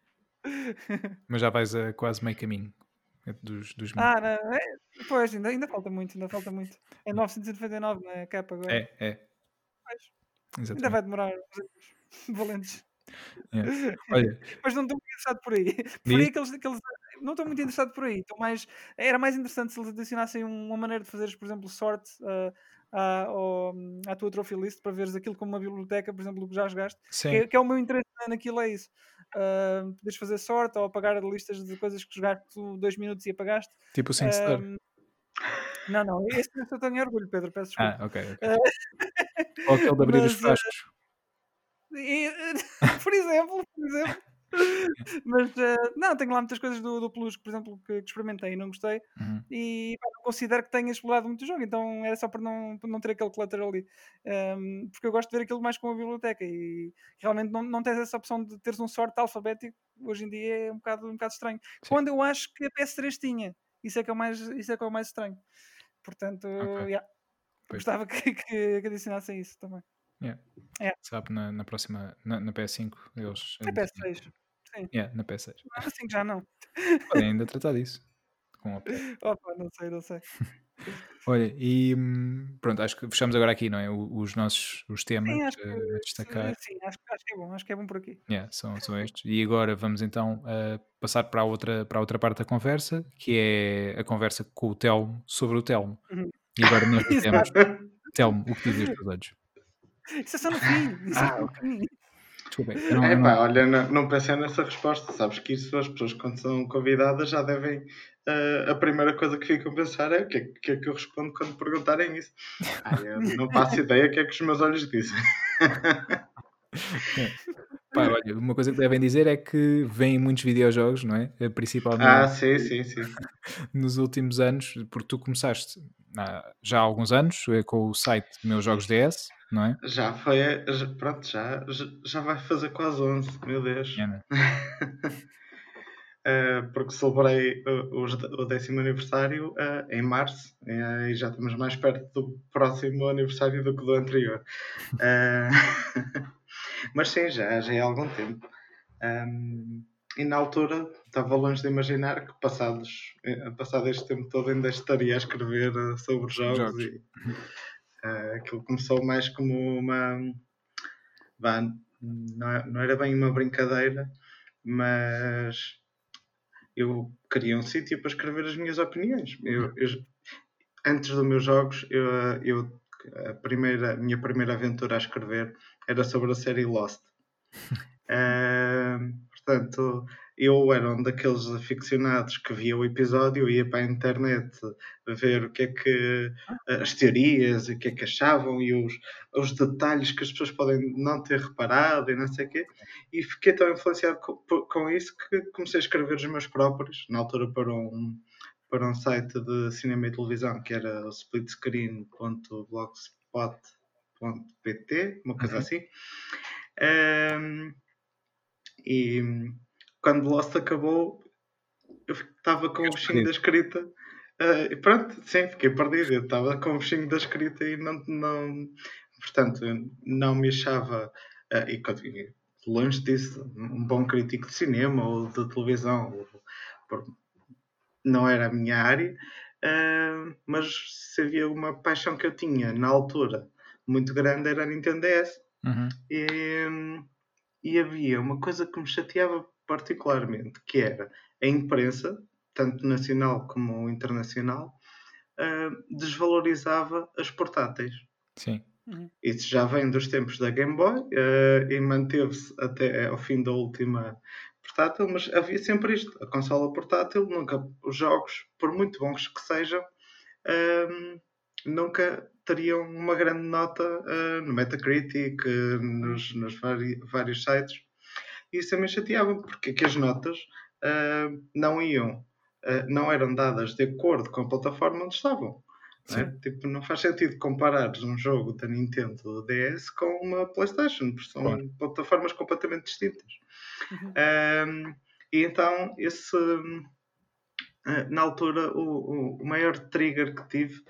Mas já vais a quase meio caminho dos, dos mil. Ah, não, é, pois, ainda, ainda falta muito, ainda falta muito. É novecentos e noventa e nove, não é? A capa agora. É, é. Pois, ainda Exatamente. vai demorar uns anos valentes. Yeah. Olha, Mas não estou muito interessado por aí. Preferia diz? que eles, que eles não estou muito interessado por aí. Estou mais, era mais interessante se eles adicionassem uma maneira de fazeres, por exemplo, sorte uh, à, ao- à tua trophy list para veres aquilo como uma biblioteca, por exemplo, do que já jogaste. Que Sim, é, que é o meu interesse naquilo, é isso. Uh, poderes fazer sorte ou apagar listas de coisas que jogaste tu dois minutos e apagaste. tipo o SingStar. Um, não, não, esse eu tenho orgulho, Pedro, peço desculpa. Ah, ok, ok. Uh, Ou aquele de abrir os mas, uh, frascos. e, por exemplo, por exemplo. Mas uh, não, tenho lá muitas coisas do, do Plus, por exemplo, que, que experimentei e não gostei. Uhum. E pá, não considero que tenha explorado muito o jogo, então era só para não, para não ter aquele clutter ali. Um, porque eu gosto de ver aquilo mais com a biblioteca e realmente não, não tens essa opção de teres um sorte alfabético. Hoje em dia é um bocado, um bocado estranho. Sim. Quando eu acho que a P S três tinha, isso é que é o mais, isso é que é o mais estranho. Portanto, Ok. yeah, Pois. gostava que, que, que adicionassem isso também. Yeah. Yeah. Sabe, na, na próxima, na, na P S cinco, eles. Na P S seis, sim. Yeah, na P S seis. Não, assim já não. Podem ainda tratar disso. Com a P. Opa, não sei, não sei. Olha, e hum, pronto, acho que fechamos agora aqui, não é? O- Os nossos os temas Sim, acho que, eh, a destacar. sim, acho, acho que é bom, acho que é bom por aqui. Yeah, são, são estes. E agora vamos então uh, passar para a, outra, para a outra parte da conversa, que é a conversa com o Telmo sobre o Telmo. Uhum. E agora nós dizemos, Exato. Telmo, o que dizem os teus olhos? Isso é só no fim. Isso é Ah, só no ok. fim. Desculpem, eu não, É eu não- pá, olha, não, não pensei nessa resposta. Sabes que isso, as pessoas quando são convidadas já devem. eh, a primeira coisa que ficam a pensar é o que, é que é que eu respondo quando perguntarem isso. Ah, eu não faço ideia o que é que os meus olhos dizem. Pá, olha, uma coisa que devem dizer é que vêm muitos videojogos, não é? Eh, Principalmente Ah, sim, sim, sim. nos últimos anos, porque tu começaste há- já há alguns anos eh, com o site Meus Jogos D S, não é? Já foi. já- pronto, já, já, já vai fazer quase onze, meu Deus. É, não é? Eh, porque celebrei uh, os- o décimo aniversário uh, em março eh, e já estamos mais perto do próximo aniversário do que do anterior. Eh, mas sim, já, já é há algum tempo. Um, e na altura estava longe de imaginar que passados, eh, passado este tempo todo ainda estaria a escrever uh, sobre jogos, Jogos. e uh, aquilo começou mais como uma vá, não, não era bem uma brincadeira, mas eu queria um sítio para escrever as minhas opiniões. Eu, eu, antes dos meus jogos, eu, eu, a, primeira, a minha primeira aventura a escrever era sobre a série Lost. Uh, portanto, eu era um daqueles aficionados que via o episódio, ia para a internet ver o que é que as teorias, o que é que achavam e os, os detalhes que as pessoas podem não ter reparado e não sei o quê, e fiquei tão influenciado com, com isso que comecei a escrever os meus próprios, na altura para um, para um site de cinema e televisão que era o splitscreen ponto blogspot ponto pt, uma coisa Uhum. assim. Um, e quando Lost acabou, eu estava com o bichinho da escrita. Uh, e pronto, sim, fiquei perdido. Eu estava com o bichinho da escrita e não. não portanto, eu não me achava. Uh, e, e longe disso, um bom crítico de cinema ou de televisão. Ou, por, não era a minha área. Uh, mas se havia uma paixão que eu tinha na altura muito grande, era a Nintendo D S. Uhum. E, e havia uma coisa que me chateava particularmente, que era a imprensa, tanto nacional como internacional, uh, desvalorizava as portáteis. Sim. Uhum. Isso já vem dos tempos da Game Boy uh, e manteve-se até ao fim da última portátil, mas havia sempre isto. A consola portátil, nunca, os jogos, por muito bons que sejam, uh, nunca teriam uma grande nota uh, no Metacritic, uh, nos, nos vari, vários sites. E isso também chateava, porque que as notas uh, não iam, uh, não eram dadas de acordo com a plataforma onde estavam. Não é? Tipo, não faz sentido comparares um jogo da Nintendo D S com uma PlayStation, porque são Claro. plataformas completamente distintas. Uhum. Um, e então, esse, uh, na altura, o, o, o maior trigger que tive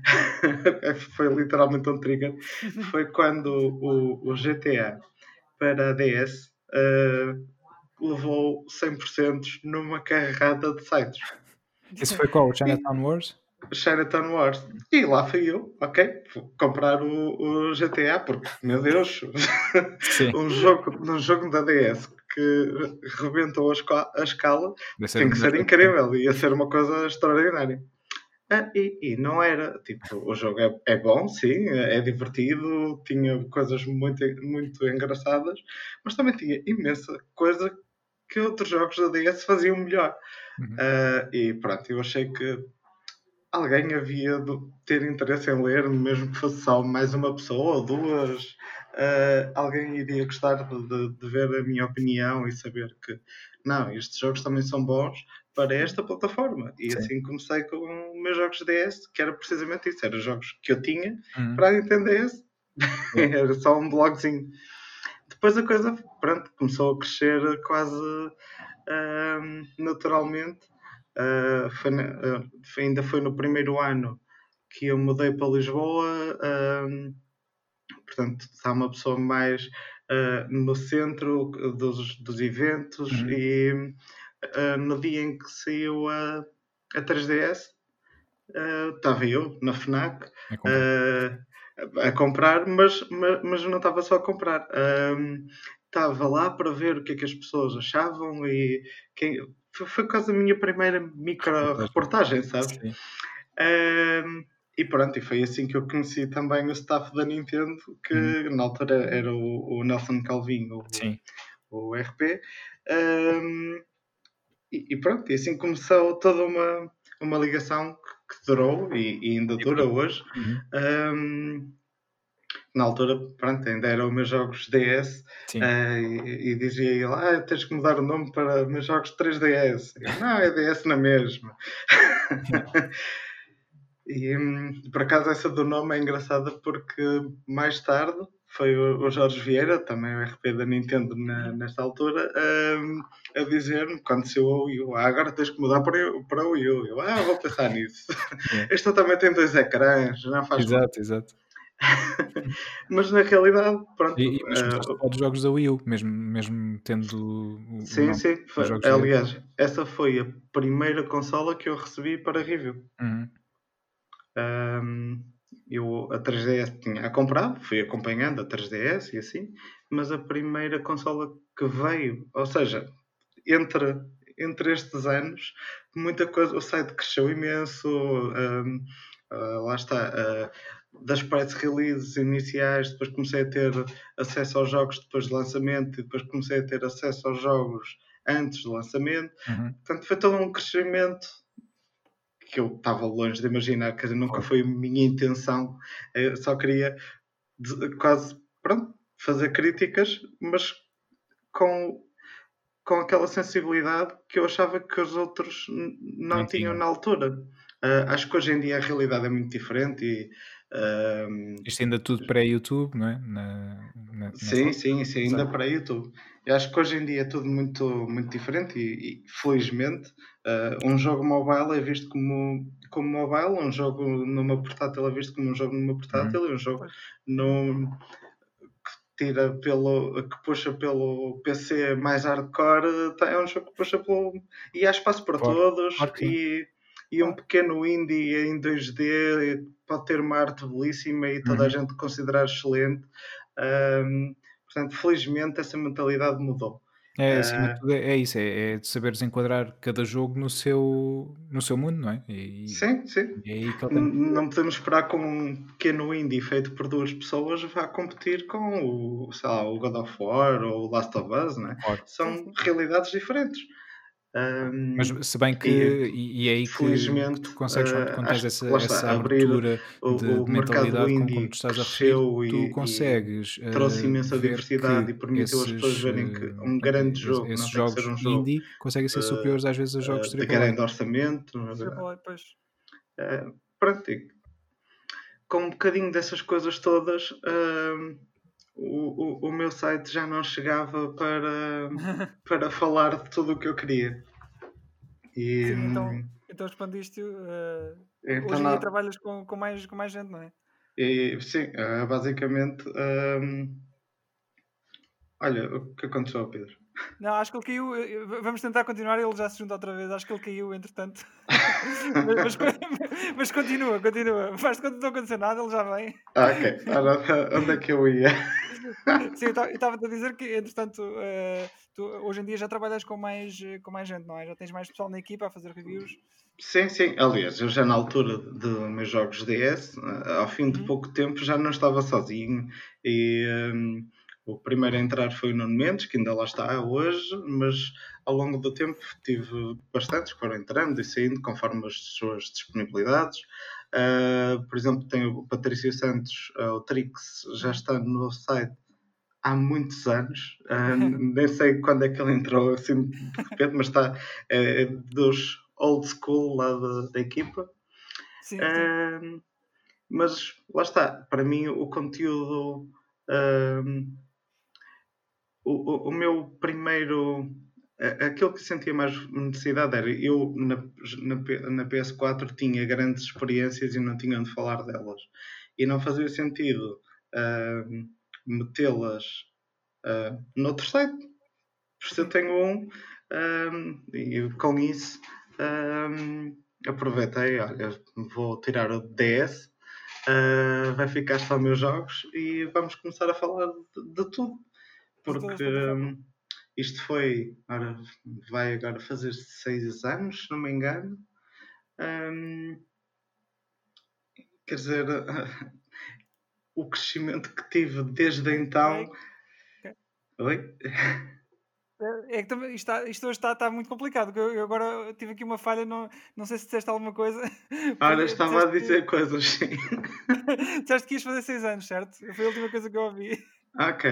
foi literalmente um trigger, foi quando o, o G T A para a D S uh, levou cem por cento numa carregada de sites. Esse foi qual? O Chinatown Wars? Chinatown Wars. E lá fui eu, ok, vou comprar o, o G T A, porque, meu Deus, Sim. um jogo, um jogo da D S que rebentou a, esca- a escala, Deve ser tem o que melhor ser jogo. incrível, ia ser uma coisa extraordinária. Ah, e, e não era, tipo, o jogo é, é bom, sim, é divertido, tinha coisas muito, muito engraçadas, mas também tinha imensa coisa que outros jogos da D S faziam melhor. Uhum. Ah, e pronto, eu achei que alguém havia de ter interesse em ler, mesmo que fosse só mais uma pessoa ou duas. Uh, alguém iria gostar de, de, de ver a minha opinião e saber que não, estes jogos também são bons para esta plataforma. E Sim. assim comecei com os meus jogos de D S, que era precisamente isso, eram jogos que eu tinha Uhum. para a Nintendo D S. Yeah. Era só um blogzinho. Depois a coisa, pronto, começou a crescer quase uh, naturalmente. Uh, foi na, uh, ainda foi no primeiro ano que eu mudei para Lisboa, uh, portanto está uma pessoa mais uh, no centro dos, dos eventos. Uhum. E uh, no dia em que saiu a, a três D S uh, estava eu na FNAC a comprar, uh, a comprar mas, mas, mas não estava só a comprar, uh, estava lá para ver o que é que as pessoas achavam e quem... Foi quase a minha primeira micro-reportagem, sabes? Sim. Um, e pronto, e foi assim que eu conheci também o staff da Nintendo, que uhum. na altura era o, o Nelson Calvinho, o, o R P. Um, e, e pronto, e assim começou toda uma, uma ligação que, que durou e, e ainda dura hoje. Uhum. Um, na altura, pronto, ainda eram meus jogos D S uh, e, e dizia ele, ah, tens que mudar o nome para meus jogos três D S. Eu, não, é D S na mesma. E por acaso essa do nome é engraçada porque mais tarde foi o Jorge Vieira, também o R P da Nintendo na, nesta altura, um, a dizer-me, quando saiu o Wii U, ah, agora tens que mudar para, para o Wii U. Eu, ah, vou pensar nisso. Yeah. Este também tem dois ecrãs, não faz exato, mal. Exato, Mas na realidade, pronto. E, e mas começaste uh, a falar dos jogos da Wii U, mesmo, mesmo tendo o, sim, o sim. Foi, jogos aliás, da... essa foi a primeira consola que eu recebi para review. Uhum. Um, eu a três D S tinha a comprar, fui acompanhando a três D S e assim, mas a primeira consola que veio, ou seja, entre, entre estes anos, muita coisa, o site cresceu imenso, um, uh, lá está, uh, das press releases iniciais, depois comecei a ter acesso aos jogos depois do lançamento e depois comecei a ter acesso aos jogos antes do lançamento, uhum. Portanto foi todo um crescimento que eu estava longe de imaginar, quer dizer, nunca foi a minha intenção, eu só queria quase, pronto, fazer críticas, mas com, com aquela sensibilidade que eu achava que os outros não, não tinham na altura. Uh, acho que hoje em dia a realidade é muito diferente e... Uh, Isto ainda tudo pré-YouTube, não é? Na, na, sim, sim, sim, ainda pré-YouTube. Eu acho que hoje em dia é tudo muito, muito diferente e, e felizmente, uh, um jogo mobile é visto como, como mobile, um jogo numa portátil é visto como um jogo numa portátil uhum. e um jogo no, que tira pelo, que puxa pelo P C mais hardcore, é um jogo que puxa pelo... e há espaço para claro, todos claro e... E um pequeno indie em dois D pode ter uma arte belíssima e toda uhum. a gente considerar excelente. Um, portanto, felizmente essa mentalidade mudou. É, acima de tudo, é, é isso, é, é de saberes enquadrar cada jogo no seu, no seu mundo, não é? E, sim, sim. E é aí que ele tem... Não podemos esperar que um pequeno indie feito por duas pessoas vá competir com o, sei lá, o God of War ou o Last of Us, não é? Claro. São realidades diferentes. Um, Mas se bem que e, e é aí que, que tu consegues quando, quando tens essa, essa abertura o, de, o de mentalidade com como tu estás a referir, tu consegues e trouxe imensa uh, diversidade e permitiu esses, às pessoas verem que um grande jogo esses não jogos tem que ser um jogo indie conseguem ser superiores às vezes a jogos uh, de grande orçamento. Pois. Uh, pronto, com um bocadinho dessas coisas todas uh, o, o, o meu site já não chegava para, para falar de tudo o que eu queria. E, sim, então, então expandiste. Uh, então, hoje em dia trabalhas com, com, mais, com mais gente, não é? E, sim, uh, basicamente. Um, olha, o que aconteceu, Pedro? Não, acho que ele caiu. Vamos tentar continuar, ele já se junta outra vez. Acho que ele caiu, entretanto. mas, mas, mas continua, continua. Faz de conta que não aconteceu nada, ele já vem. Ah, ok. Ora, onde é que eu ia? Sim, eu estava a dizer que, entretanto, uh, tu hoje em dia já trabalhas com mais, com mais gente, não é? Já tens mais pessoal na equipa a fazer reviews. Sim, sim. Aliás, eu já na altura dos meus jogos D S, ao fim de Uhum. pouco tempo, já não estava sozinho. E um, o primeiro a entrar foi o Nuno Mendes, que ainda lá está hoje, mas ao longo do tempo tive bastantes que foram entrando e saindo conforme as suas disponibilidades. Uh, por exemplo, tem o Patrício Santos, uh, o Trix, já está no site há muitos anos. Uh, nem sei quando é que ele entrou assim de repente, mas está é, é dos old school lá da, da equipa. Sim, sim. Uh, mas lá está, para mim o conteúdo, uh, o, o, o meu primeiro, aquilo que sentia mais necessidade era eu na, na, na P S quatro tinha grandes experiências e não tinha onde falar delas, e não fazia sentido uh, metê-las uh, noutro site, por isso eu tenho um, um e com isso um, aproveitei, olha, vou tirar o D S, uh, vai ficar só meus jogos e vamos começar a falar de, de tudo, porque um, isto foi, ora, vai agora fazer seis anos, se não me engano. Um, quer dizer, o crescimento que tive desde então. Okay. Oi? É que também, isto, está, isto hoje está, está muito complicado. Eu, eu agora tive aqui uma falha, não, não sei se disseste alguma coisa. Ora, estava a dizer que... coisas, sim. Disseste que ias fazer seis anos, certo? Foi a última coisa que eu ouvi. Ok.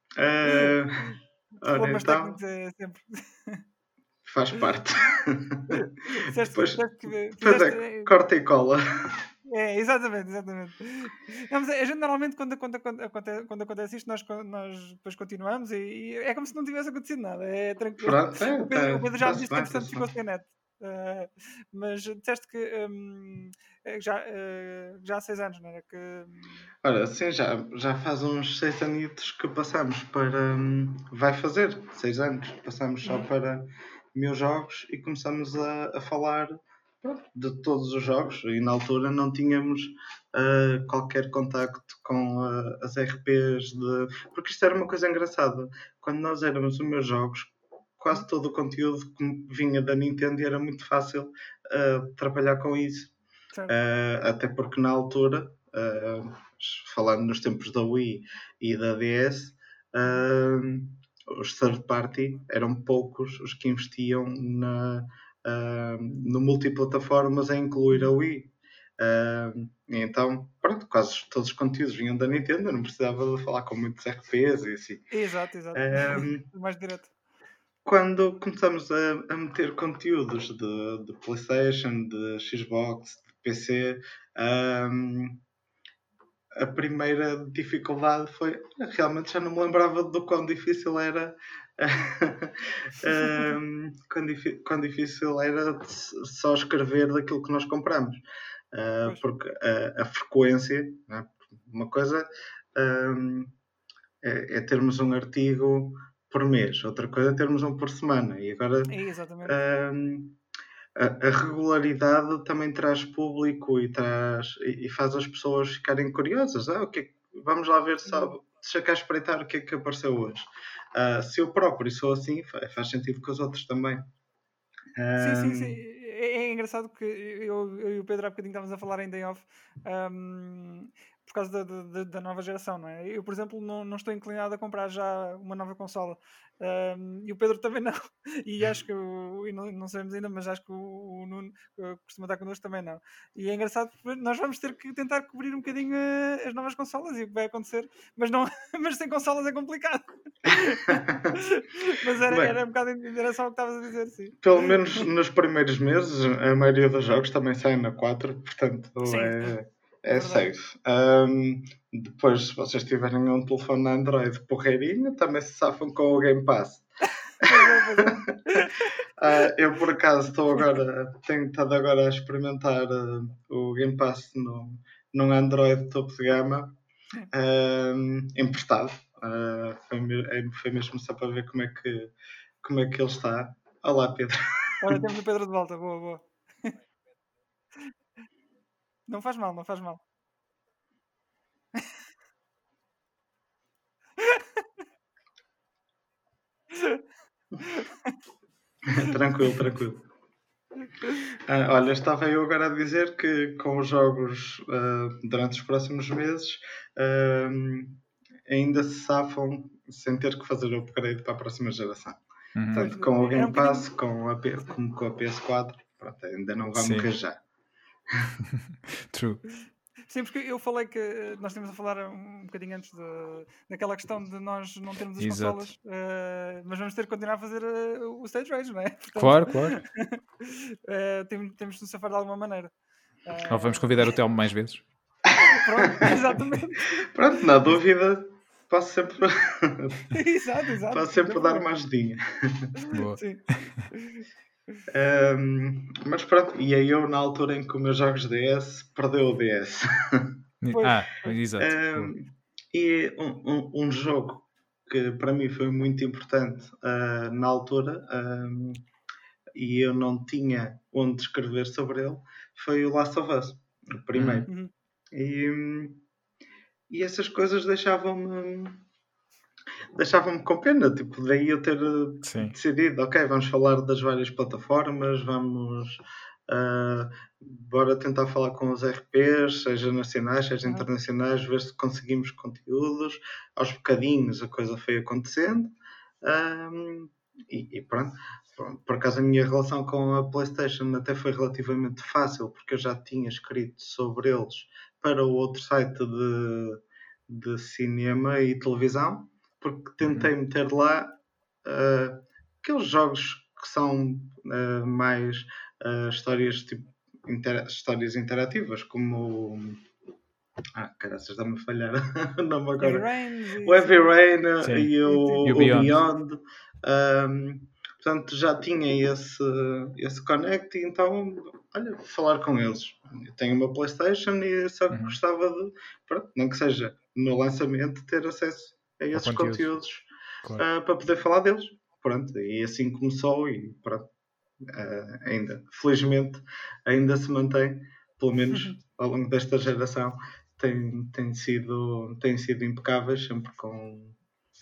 Uh, Problemas então, técnicos é sempre. Faz parte. Disseste, depois disseste que depois fizeste... é corta e cola. É, exatamente, exatamente. Não, mas a gente normalmente, quando, quando, quando, acontece, quando acontece isto, nós, nós depois continuamos e, e é como se não tivesse acontecido nada. É tranquilo. Pronto, é, O Pedro, tá, o Pedro já me tá-se disse que, bem, entretanto, tá-se ficou bem. sem net. Uh, mas disseste que um, já, uh, já há seis anos, não era? Que, um... Ora, sim, já, já faz uns seis anitos que passamos para. Hum, vai fazer seis anos. Passamos só Uhum. para mil jogos e começamos a, a falar pronto, de todos os jogos. E na altura não tínhamos uh, qualquer contacto com uh, as R Ps de. Porque isto era uma coisa engraçada. Quando nós éramos os meus jogos, quase todo o conteúdo que vinha da Nintendo e era muito fácil uh, trabalhar com isso. Uh, até porque na altura, uh, falando nos tempos da Wii e da D S, uh, os third party eram poucos os que investiam na, uh, no multiplataformas a incluir a Wii. Uh, então, pronto, quase todos os conteúdos vinham da Nintendo, eu não precisava de falar com muitos R Ps e assim. Exato, exato. Um, Mais direto. Quando começamos a, a meter conteúdos de, de PlayStation, de Xbox, de P C, um, a primeira dificuldade foi, realmente já não me lembrava do quão difícil era um, quão, quão difícil era só escrever daquilo que nós compramos, uh, porque a, a frequência, né? Uma coisa um, é, é termos um artigo por mês, outra coisa é termos um por semana, e agora um, a, a regularidade também traz público e, traz, e, e faz as pessoas ficarem curiosas. Ah, okay, vamos lá ver, só, deixa cá espreitar o que é que apareceu hoje. Uh, se eu próprio sou assim, faz, faz sentido com os outros também. Um... Sim, sim, sim. É, é engraçado que eu, eu e o Pedro há bocadinho estávamos a falar ainda em off. Um... por causa da, da, da nova geração, não é? Eu, por exemplo, não, não estou inclinado a comprar já uma nova consola. Um, e o Pedro também não. E acho que, o, e não, não sabemos ainda, mas acho que o, o Nuno que costuma estar connosco também não. E é engraçado porque nós vamos ter que tentar cobrir um bocadinho as novas consolas e o que vai acontecer, mas, não, mas sem consolas é complicado. Mas era, Bem, era um bocado em direção ao que estavas a dizer, sim. Pelo menos nos primeiros meses, a maioria dos jogos também saem na quatro, portanto sim, é... É, é safe. Um, depois, se vocês tiverem um telefone Android porreirinho, também se safam com o Game Pass. Pois é, pois é. uh, eu, por acaso, estou agora, tenho estado agora a experimentar uh, o Game Pass no, num Android topo de gama, uh, emprestado. Uh, foi, foi mesmo só para ver como é que, como é que ele está. Olá, Pedro. Olha, temos o Pedro de volta. Boa, boa. Não faz mal, não faz mal. Tranquilo, tranquilo. Ah, olha, estava eu agora a dizer que com os jogos ah, durante os próximos meses ah, ainda se safam sem ter que fazer o upgrade para a próxima geração. Uhum. Tanto Pois, com o era Game um bocadinho- Pass com a P- como com a P S quatro, pronto, ainda não vai Sim. morrer já. True. Sim, porque eu falei que eh, nós temos a falar um bocadinho antes de, daquela questão de nós não termos as Exato. consolas, eh, mas vamos ter que continuar a fazer eh, o Stage Rage, não é? Portanto, Claro, claro. eh, temos, temos de nos safar de alguma maneira. Ou vamos Eh, convidar o Telmo mais vezes. Pronto, exatamente. Pronto, na dúvida, posso sempre, exato, exato. posso sempre Não, dar não. uma ajudinha. Boa. Sim. Um, mas pronto, e aí eu na altura em que os meus jogos D S perdeu o D S. Pois, Ah, pois. exato. Boa. Um, e um, um, um jogo que para mim foi muito importante uh, na altura um, e eu não tinha onde escrever sobre ele foi o Last of Us, o primeiro. Uhum. E, hum, e essas coisas deixavam-me deixavam-me com pena, tipo, daí eu ter uh, Sim. decidido, ok, vamos falar das várias plataformas, vamos uh, bora tentar falar com os R Ps, seja nacionais, seja Uhum. internacionais, ver se conseguimos conteúdos. Aos bocadinhos a coisa foi acontecendo. Um, e, e pronto. Pronto, por acaso a minha relação com a PlayStation até foi relativamente fácil, porque eu já tinha escrito sobre eles para o outro site de, de cinema e televisão, porque tentei Uhum. meter lá uh, aqueles jogos que são uh, mais uh, histórias tipo intera- histórias interativas, como ah, caraças, dá-me a falhar o nome Heavy agora. Rain e O Heavy assim. Rain uh, Sim. e o, E o o Beyond. Beyond. Um, portanto, já tinha esse, esse connect e então, olha, vou falar com eles. Eu tenho uma PlayStation e só Uhum. gostava de, pronto, nem que seja no lançamento, ter acesso a Ao esses conteúdo. conteúdos Claro. uh, para poder falar deles. Pronto, e assim começou e pronto, uh, ainda, felizmente, ainda se mantém, pelo menos ao longo desta geração, tem, tem, sido, tem sido impecáveis, sempre com,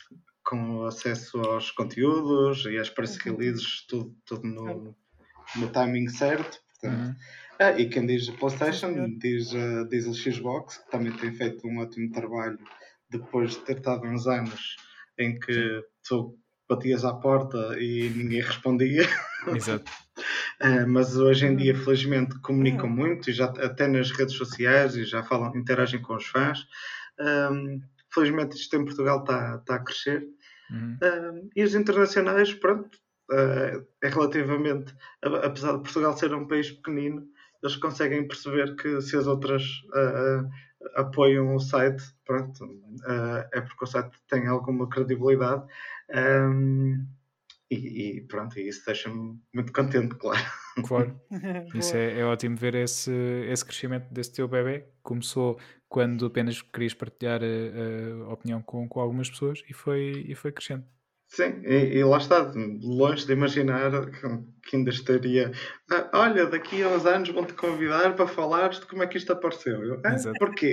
com acesso aos conteúdos e às press releases, tudo, tudo no, no timing certo. Portanto, Uhum. ah, e quem diz a Sim, PlayStation senhor. diz, uh, diz o Xbox, que também tem feito um ótimo trabalho depois de ter estado uns anos em que Sim. tu batias à porta e ninguém respondia. Exato. Uh, mas hoje em dia, felizmente, comunicam muito e já até nas redes sociais e já falam, interagem com os fãs. Um, felizmente, isto em Portugal está tá a crescer. Uhum. Um, e os internacionais, pronto, uh, é relativamente, apesar de Portugal ser um país pequenino, eles conseguem perceber que se as outras uh, apoiam o site, pronto, uh, é porque o site tem alguma credibilidade. Um, e, e pronto, e isso deixa-me muito contente, claro. Claro. Isso Boa. é, é ótimo ver esse, esse crescimento desse teu bebê. Começou quando apenas querias partilhar a, a opinião com, com algumas pessoas e foi, e foi crescendo. Sim, e, e lá está, longe de imaginar que ainda estaria. "Ah, olha, daqui a uns anos vão-te convidar para falares de como é que isto apareceu. Eu, ah, Exato. porquê?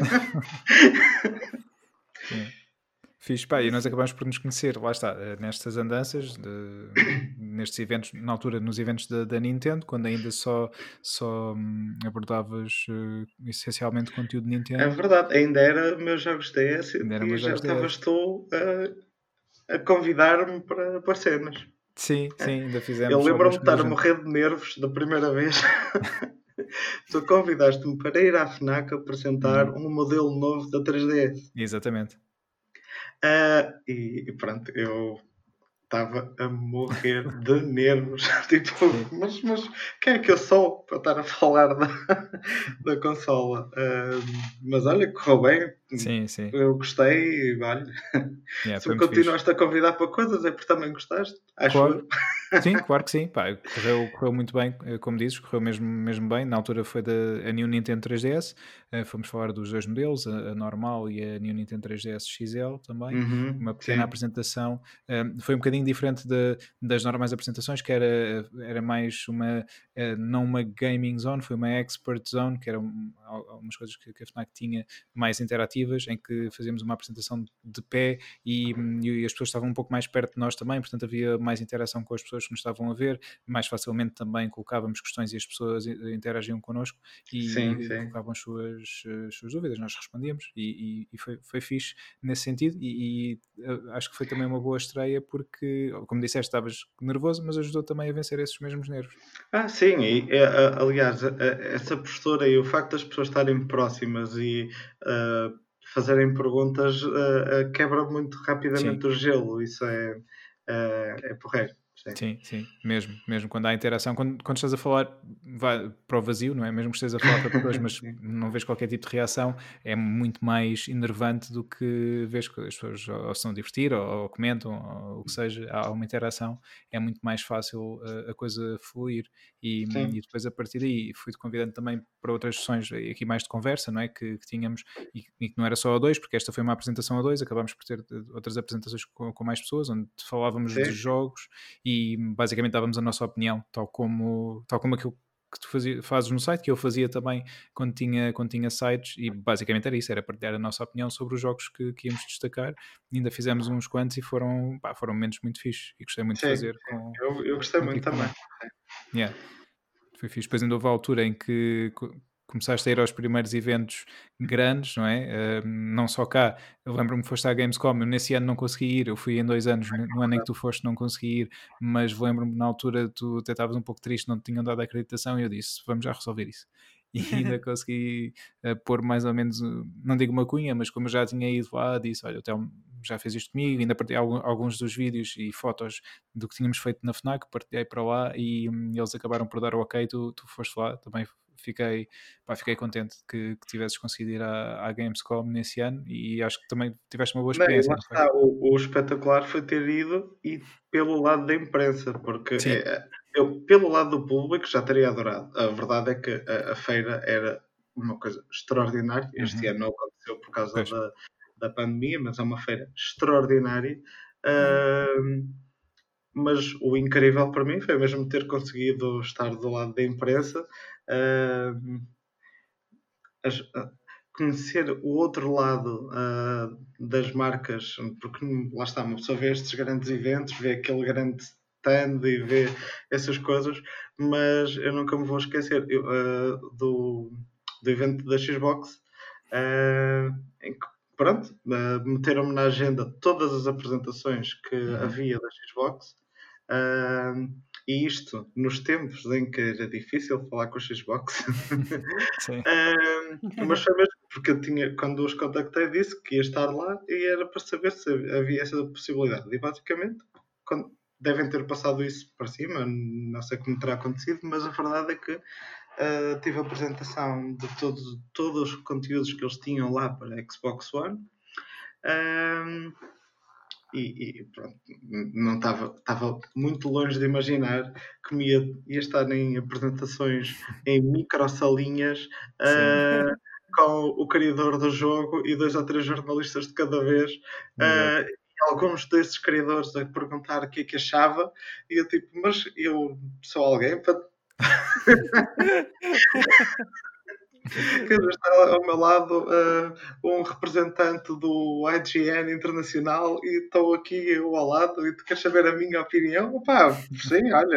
É. Fixe, pá, e nós acabamos por nos conhecer, lá está, eh, nestas andanças, de- nestes eventos, na altura nos eventos da, da Nintendo, quando ainda só, só hum, abordavas eh, essencialmente conteúdo de É Nintendo, verdade, ainda era meus jogos D S ainda eram e meus já jogos D estavas S. tu a, a convidar-me para, para cenas. Sim, sim, ainda Eu fizemos lembro-me algumas de estar coisas a juntos. morrer de nervos da primeira vez. Tu convidaste-me para ir à FNAC apresentar Uhum. um modelo novo da três D S. Exatamente. Ah, e, e pronto, eu estava a morrer de nervos. Tipo, Sim. mas, mas quem é que eu sou para estar a falar da, da consola? Ah, mas olha, correu bem. Sim, sim. Eu gostei e olha, Yeah, se foi me muito fixe. continuaste a convidar para coisas é porque também gostaste, acho Claro. eu. Sim, claro que sim. Pá, correu, correu muito bem, eh, como dizes, correu mesmo, mesmo bem. Na altura foi da a New Nintendo três D S. eh, fomos falar dos dois modelos, a, a normal e a New Nintendo três D S X L também. Uhum, Uma pequena sim. apresentação. eh, foi um bocadinho diferente de- das normais apresentações, que era, era mais uma, eh, não uma gaming zone, foi uma expert zone, que eram al- algumas coisas que, que a FNAC tinha mais interativas. interativas, em que fazíamos uma apresentação de pé e, e as pessoas estavam um pouco mais perto de nós também, portanto havia mais interação com as pessoas que nos estavam a ver, mais facilmente também colocávamos questões e as pessoas interagiam connosco e, Sim, e sim. colocavam as suas, as suas dúvidas, nós respondíamos e, e, e foi, foi fixe nesse sentido e, e acho que foi também uma boa estreia porque, como disseste, estavas nervoso, mas ajudou também a vencer esses mesmos nervos. Ah, sim, e, é, a- aliás, a- a- essa postura e o facto das pessoas estarem próximas e ah, fazerem perguntas ah, ah, quebra muito Sim. rapidamente o gelo. Isso é, ah, é porreiro. Sim. Sim, sim, mesmo, mesmo quando há interação, quando, quando estás a falar vai para o vazio, não é? Mesmo que estejas a falar para pessoas, mas Sim. não vês qualquer tipo de reação, é muito mais enervante do que vês que as pessoas ou se estão a divertir ou, ou comentam, ou o que seja, há uma interação, é muito mais fácil uh, a coisa fluir e, Sim. e depois a partir daí fui-te convidando também para outras sessões aqui mais de conversa, não é? Que, que tínhamos e, e que não era só a dois, porque esta foi uma apresentação a dois, acabámos por ter outras apresentações com, com mais pessoas, onde falávamos Sim. de jogos e basicamente dávamos a nossa opinião, tal como, tal como aquilo que tu fazia, fazes no site, que eu fazia também quando tinha, quando tinha sites, e basicamente era isso, era partilhar a nossa opinião sobre os jogos que, que íamos destacar. E ainda fizemos uns quantos e foram, pá, foram momentos muito fixes e gostei muito de Sim, fazer sim. com, Eu, eu gostei muito contigo também. também. Yeah. Foi fixe. Depois ainda houve a altura em que co- começaste a ir aos primeiros eventos grandes, não é? Uh, não só cá, eu lembro-me que foste à Gamescom, eu nesse ano não consegui ir, eu fui em dois anos, no no ano em que tu foste não consegui ir, mas lembro-me na altura tu até estavas um pouco triste, não te tinham dado a acreditação e eu disse, vamos já resolver isso. E ainda consegui uh, pôr mais ou menos, uh, não digo uma cunha, mas como eu já tinha ido lá, disse, olha, o Telmo já fez isto comigo, ainda partilhei algum- alguns dos vídeos e fotos do que tínhamos feito na FNAC, partilhei para lá e hum, eles acabaram por dar o ok, tu, tu foste lá, também fiquei, pá, fiquei contente que, que tivesses conseguido ir à, à Gamescom nesse ano e acho que também tiveste uma boa Não, e experiência, lá não foi? está, o, o espetacular foi ter ido e pelo lado da imprensa, porque Sim, é, eu, pelo lado do público, já teria adorado. A verdade é que a, a feira era uma coisa extraordinária. Este uhum, ano não aconteceu por causa pois, da, da pandemia, mas é uma feira extraordinária. Uhum. Ahm, mas o incrível para mim foi mesmo ter conseguido estar do lado da imprensa. Ahm, as- a- conhecer o outro lado ah, das marcas, porque lá está, uma pessoa vê estes grandes eventos, vê aquele grande stand e vê essas coisas, mas eu nunca me vou esquecer eu, ah, do, do evento da Xbox, ah, em que, pronto, ah, meteram-me na agenda todas as apresentações que uhum, havia da Xbox. ah, e isto nos tempos em que era difícil falar com a Xbox. sim, Ahm, mas foi mesmo porque eu tinha, quando os contactei, disse que ia estar lá e era para saber se havia essa possibilidade. E basicamente, quando- devem ter passado isso para cima, não sei como terá acontecido, mas a verdade é que ah, tive a apresentação de todos, todos os conteúdos que eles tinham lá para a Xbox One. Ahm, e, e pronto, não estava, estava muito longe de imaginar que me ia, ia estar em apresentações em microsalinhas sim, uh, com o criador do jogo e dois ou três jornalistas de cada vez. exato. Uh, e alguns desses criadores a perguntar o que é que achava, e eu tipo, mas eu sou alguém para quer dizer, está ao meu lado uh, um representante do I G N Internacional e estou aqui eu ao lado e tu queres saber a minha opinião? Opá, sim, olha.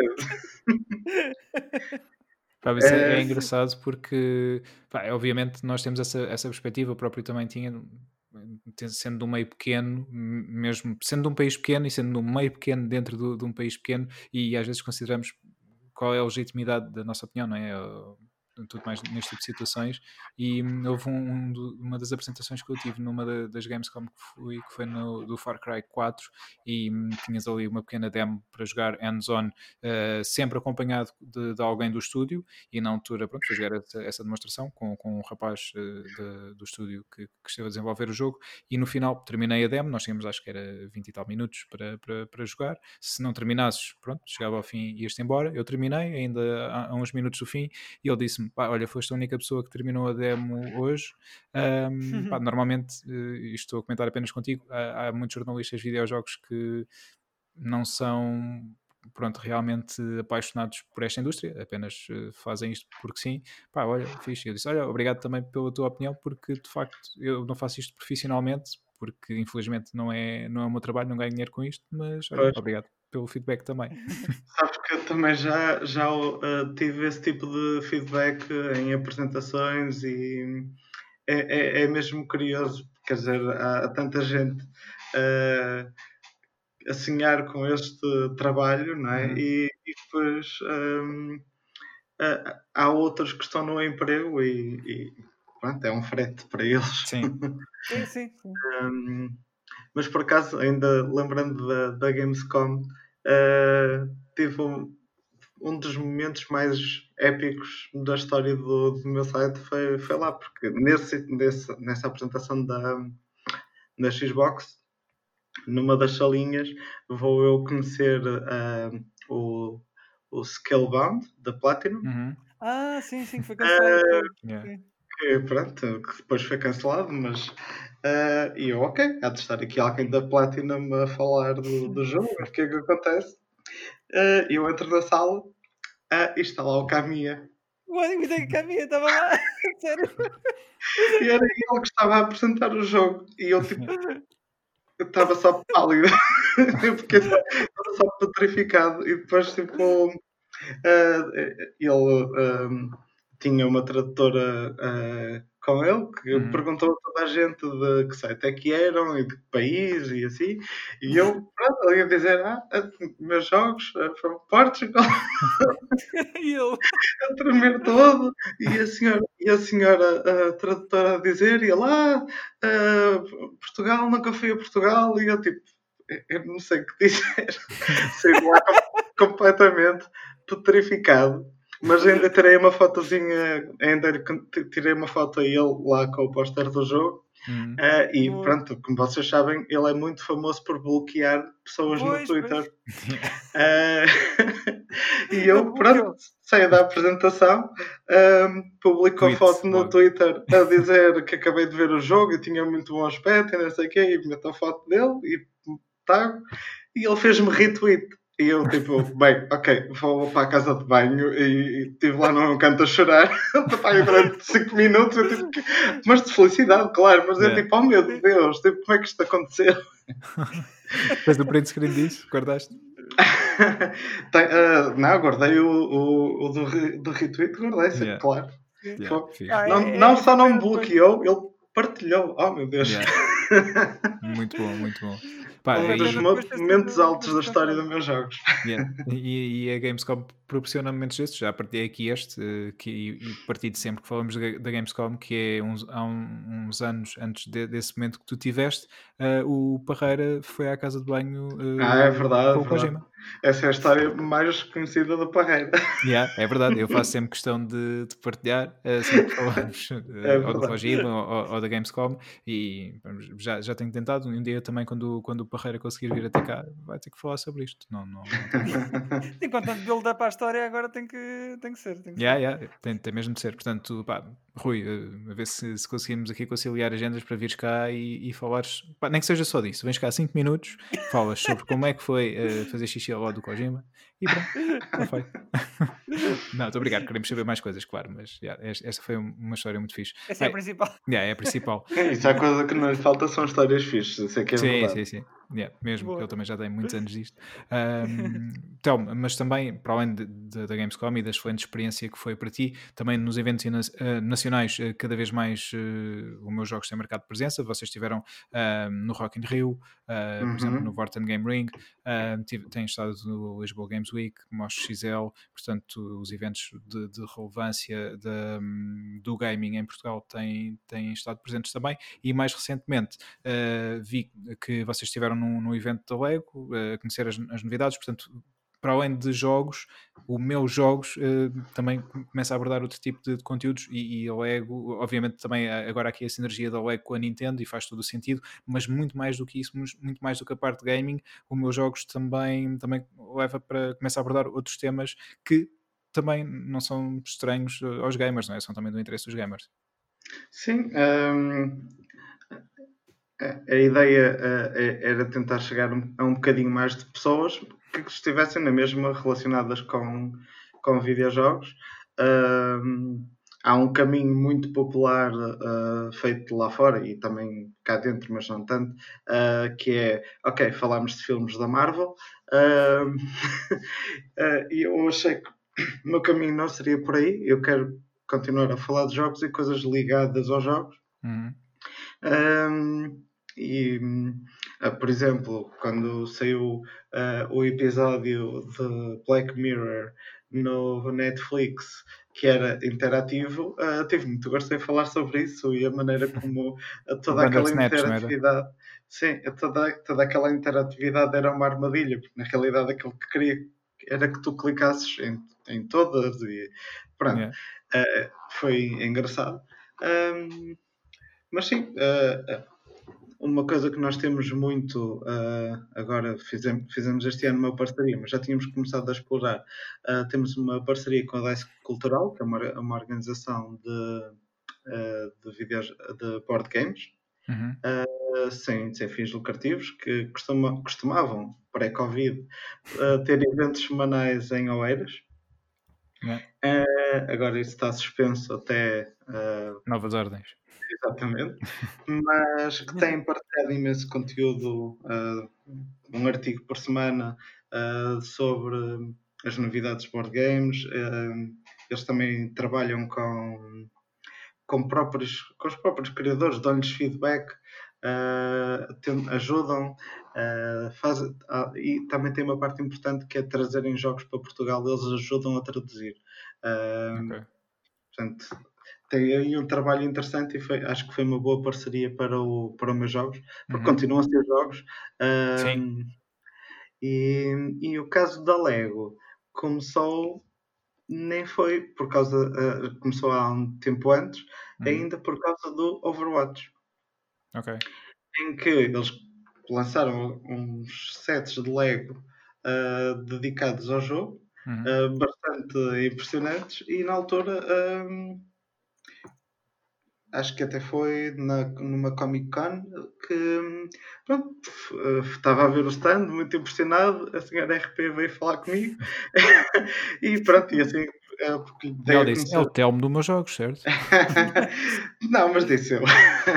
Pá, isso é, é Uh, engraçado porque, pá, obviamente, nós temos essa, essa perspectiva, o próprio também tinha, tem- sendo de um meio pequeno, m- mesmo sendo de um país pequeno e sendo de um meio pequeno dentro do- de um país pequeno, e às vezes consideramos qual é a legitimidade da nossa opinião, não é? Ou, tudo mais neste tipo de situações. E hum, houve um, um do- uma das apresentações que eu tive numa da- das Gamescom que fui, que foi no, do Far Cry quatro, e hum, tinhas ali uma pequena demo para jogar hands-on, uh, sempre acompanhado de, de alguém do estúdio, e na altura, pronto, foi jogar essa, essa demonstração com, com um rapaz uh, de- do estúdio que, que esteve a desenvolver o jogo, e no final terminei a demo, nós tínhamos acho que era vinte e tal minutos para, para, para jogar, se não terminasses, pronto, chegava ao fim e ias-te embora, eu terminei, ainda há, há uns minutos do fim, e ele disse-me, pá, olha, foste a única pessoa que terminou a demo hoje, um, pá, normalmente, uh, isto estou a comentar apenas contigo, há, há muitos jornalistas de videojogos que não são pronto, realmente apaixonados por esta indústria, apenas uh, fazem isto porque sim. Pá, olha, fixe. Eu disse, olha, obrigado também pela tua opinião, porque de facto eu não faço isto profissionalmente, porque infelizmente não é, não é o meu trabalho, não ganho dinheiro com isto, mas olha, Pois. obrigado pelo feedback também. Sabes que eu também já, já uh, tive esse tipo de feedback em apresentações e é, é, é mesmo curioso, quer dizer, há, há tanta gente uh, a sonhar com este trabalho, não é? Uhum. E, e depois um, uh, há outros que estão no emprego e, e pronto, é um frete para eles. Sim. Sim, sim, sim. um, mas por acaso, ainda lembrando da, da Gamescom, uh, tive um, um dos momentos mais épicos da história do, do meu site foi, foi lá, porque nesse, nesse, nessa apresentação da, da Xbox, numa das salinhas, vou eu conhecer uh, o, o Scalebound da Platinum. Uhum. Ah, sim, sim, que foi cancelado. Uh, Foi. Yeah. Sim. que, pronto, que depois foi cancelado, mas uh, e eu, ok, há de estar aqui alguém da Platinum a falar do, do jogo, o que é que acontece? Uh, eu entro na sala uh, e está lá o Kamiya. O ânimo da Caminha estava lá. Sério. E era ele que estava a apresentar o jogo. E eu, tipo, eu estava só pálido. Eu fiquei só, estava só petrificado. E depois, tipo, uh, ele um, tinha uma tradutora uh, com ele que Uhum. perguntou a toda a gente de que site é que eram e de que país e assim. E eu, pronto, ele ia dizer: Ah, meus jogos uh, from Portugal. E ele. A tremer todo, e a senhora, e a, senhora a tradutora a dizer, e lá, ah, Portugal, nunca fui a Portugal, e eu tipo, eu não sei o que dizer, saí de lá com- completamente petrificado, mas ainda tirei uma fotozinha, ainda lhe con- tirei uma foto a ele lá com o póster do jogo. Uhum. Ah, e Boa. pronto, como vocês sabem, ele é muito famoso por bloquear pessoas no Pois, pois. Twitter. Ah, e Ele eu, pronto, bloqueou. saio da apresentação, ahm, publico a Tweets, foto no logo. Twitter a dizer que acabei de ver o jogo e tinha muito bom aspecto e não sei o quê, e meto a foto dele e tago, e ele fez-me retweet. E eu, tipo, bem, ok, vou para a casa de banho e estive lá num canto a chorar Pai, durante cinco minutos, eu tipo, que- mas de felicidade, claro, mas eu Yeah. tipo, oh meu Deus, tipo, como é que isto aconteceu? Fez o print screen disso? Guardaste? Tem, ah, não, guardei o, o, o do, re- do retweet, guardei, sim, Yeah. claro. Sim. Yeah. Foi. Fixe. Ah, Não, é, não é, só isso não foi me depois. bloqueou, ele partilhou. Oh meu Deus. Yeah. Muito bom, muito bom. Pá, Um É dos e, pena mo- depois ter momentos sido, altos ter da sido história dos cancelado. meus jogos. yeah. e, e a Gamescom proporciona momentos destes. Já partilhei aqui este, eh, que, e e partilho sempre que falamos da, da Gamescom, que é uns, há um- uns anos antes de- desse momento que tu tiveste, eh, o Parreira foi à casa de banho Ah, é eh, verdade, com é o verdade. Kojima. Essa é a história mais conhecida do Parreira. Yeah, é verdade, eu faço sempre questão de, de partilhar eh, sempre que falamos É eh, ou do verdade. Kojima ou, ou- ou da Gamescom e vamos, já, já tenho tentado. Um dia também, quando, quando o Parreira conseguir vir até cá, vai ter que falar sobre isto. Não, não, não tem Sim, com tanto build-up à história, agora tem que, tem que ser. Tem que Yeah, ser. yeah, tem, tem mesmo de ser. Portanto, pá, Rui, eh, a ver se, se conseguimos aqui conciliar agendas para vires cá e, e falares, pá, nem que seja só disso. Vens cá cinco minutos, falas sobre como é que foi eh, fazer xixi ao lado do Kojima e pronto, está feito. Não, estou a brincar, queremos saber mais coisas, claro, mas yeah, es- esta foi um- uma história muito fixe. Essa é a Bem, principal. yeah, é a principal. Isso é a coisa que não lhe falta, são histórias fixes. Isso é que é Sim, verdade. sim, sim. Yeah, mesmo, que Boa. ele também já tem muitos anos disto. Ahm, então, mas também, para além de- de- da Gamescom e da excelente experiência que foi para ti, também nos eventos ina- eh, nacionais, eh, cada vez mais eh, os meus jogos têm marcado presença. Vocês estiveram ahm, no Rock in Rio, ah, por exemplo, no Uhum. Vorten Game Ring, ahm, tive- têm estado no Lisboa Games Week, Mos X L, portanto, os eventos de, de relevância da- do gaming em Portugal têm, têm estado presentes também. E mais recentemente, Uh, vi que vocês estiveram num, num evento da Lego, uh, a conhecer as, as novidades, portanto, para além de jogos, o meus jogos uh, também começa a abordar outro tipo de, de conteúdos e, e a Lego, obviamente também agora aqui a sinergia da Lego com a Nintendo e faz todo o sentido, mas muito mais do que isso, muito mais do que a parte de gaming, o meus jogos também, também leva para começar a abordar outros temas que também não são estranhos aos gamers, não é? São também do interesse dos gamers. Sim. hum, a ideia uh, era tentar chegar a um bocadinho mais de pessoas que estivessem na mesma relacionadas com, com videojogos. Uh, há um caminho muito popular uh, feito lá fora e também cá dentro, mas não tanto, uh, que é, ok, falámos de filmes da Marvel uh, uh, e eu achei que o meu caminho não seria por aí. Eu quero continuar a falar de jogos e coisas ligadas aos jogos. Uhum. Um, e, uh, por exemplo, quando saiu uh, o episódio de Black Mirror no Netflix, que era interativo, uh, tive muito gosto em falar sobre isso e a maneira como uh, toda aquela interatividade, sim, toda, toda aquela interatividade era uma armadilha, porque na realidade aquilo que queria era que tu clicasses em, em todas e pronto, yeah. uh, foi engraçado. Um, Mas sim, uh, uma coisa que nós temos muito, uh, agora fizemos, fizemos este ano uma parceria, mas já tínhamos começado a explorar. Uh, temos uma parceria com a D I C E Cultural, que é uma, uma organização de, uh, de, videos, de board games, uhum. uh, sem, sem fins lucrativos, que costuma, costumavam, pré-Covid, uh, ter eventos semanais em Oeiras. Yeah. Uh, agora isso está suspenso até... Uh, novas ordens. Exatamente, mas que tem partilhado imenso conteúdo, uh, um artigo por semana uh, sobre as novidades de board games. Uh, eles também trabalham com, com, próprios, com os próprios criadores, dão-lhes feedback, uh, tem, ajudam, uh, faz, uh, e também tem uma parte importante que é trazerem jogos para Portugal, eles ajudam a traduzir. Uh, okay. Portanto, tem aí um trabalho interessante e foi, acho que foi uma boa parceria para, o, para os meus jogos, porque uhum. continuam a ser jogos. Um, e, e o caso da Lego começou, nem foi por causa, uh, começou há um tempo antes, uhum. ainda por causa do Overwatch. Okay. Em que eles lançaram uns sets de Lego uh, dedicados ao jogo, uhum. uh, bastante impressionantes, e na altura... Um, acho que até foi na, numa Comic Con que pronto, estava a ver o stand, muito impressionado, a senhora R P veio falar comigo e pronto, e assim porque ela disse, conhecer... é o Telmo dos meus jogos, certo? Não, mas disse eu. uh,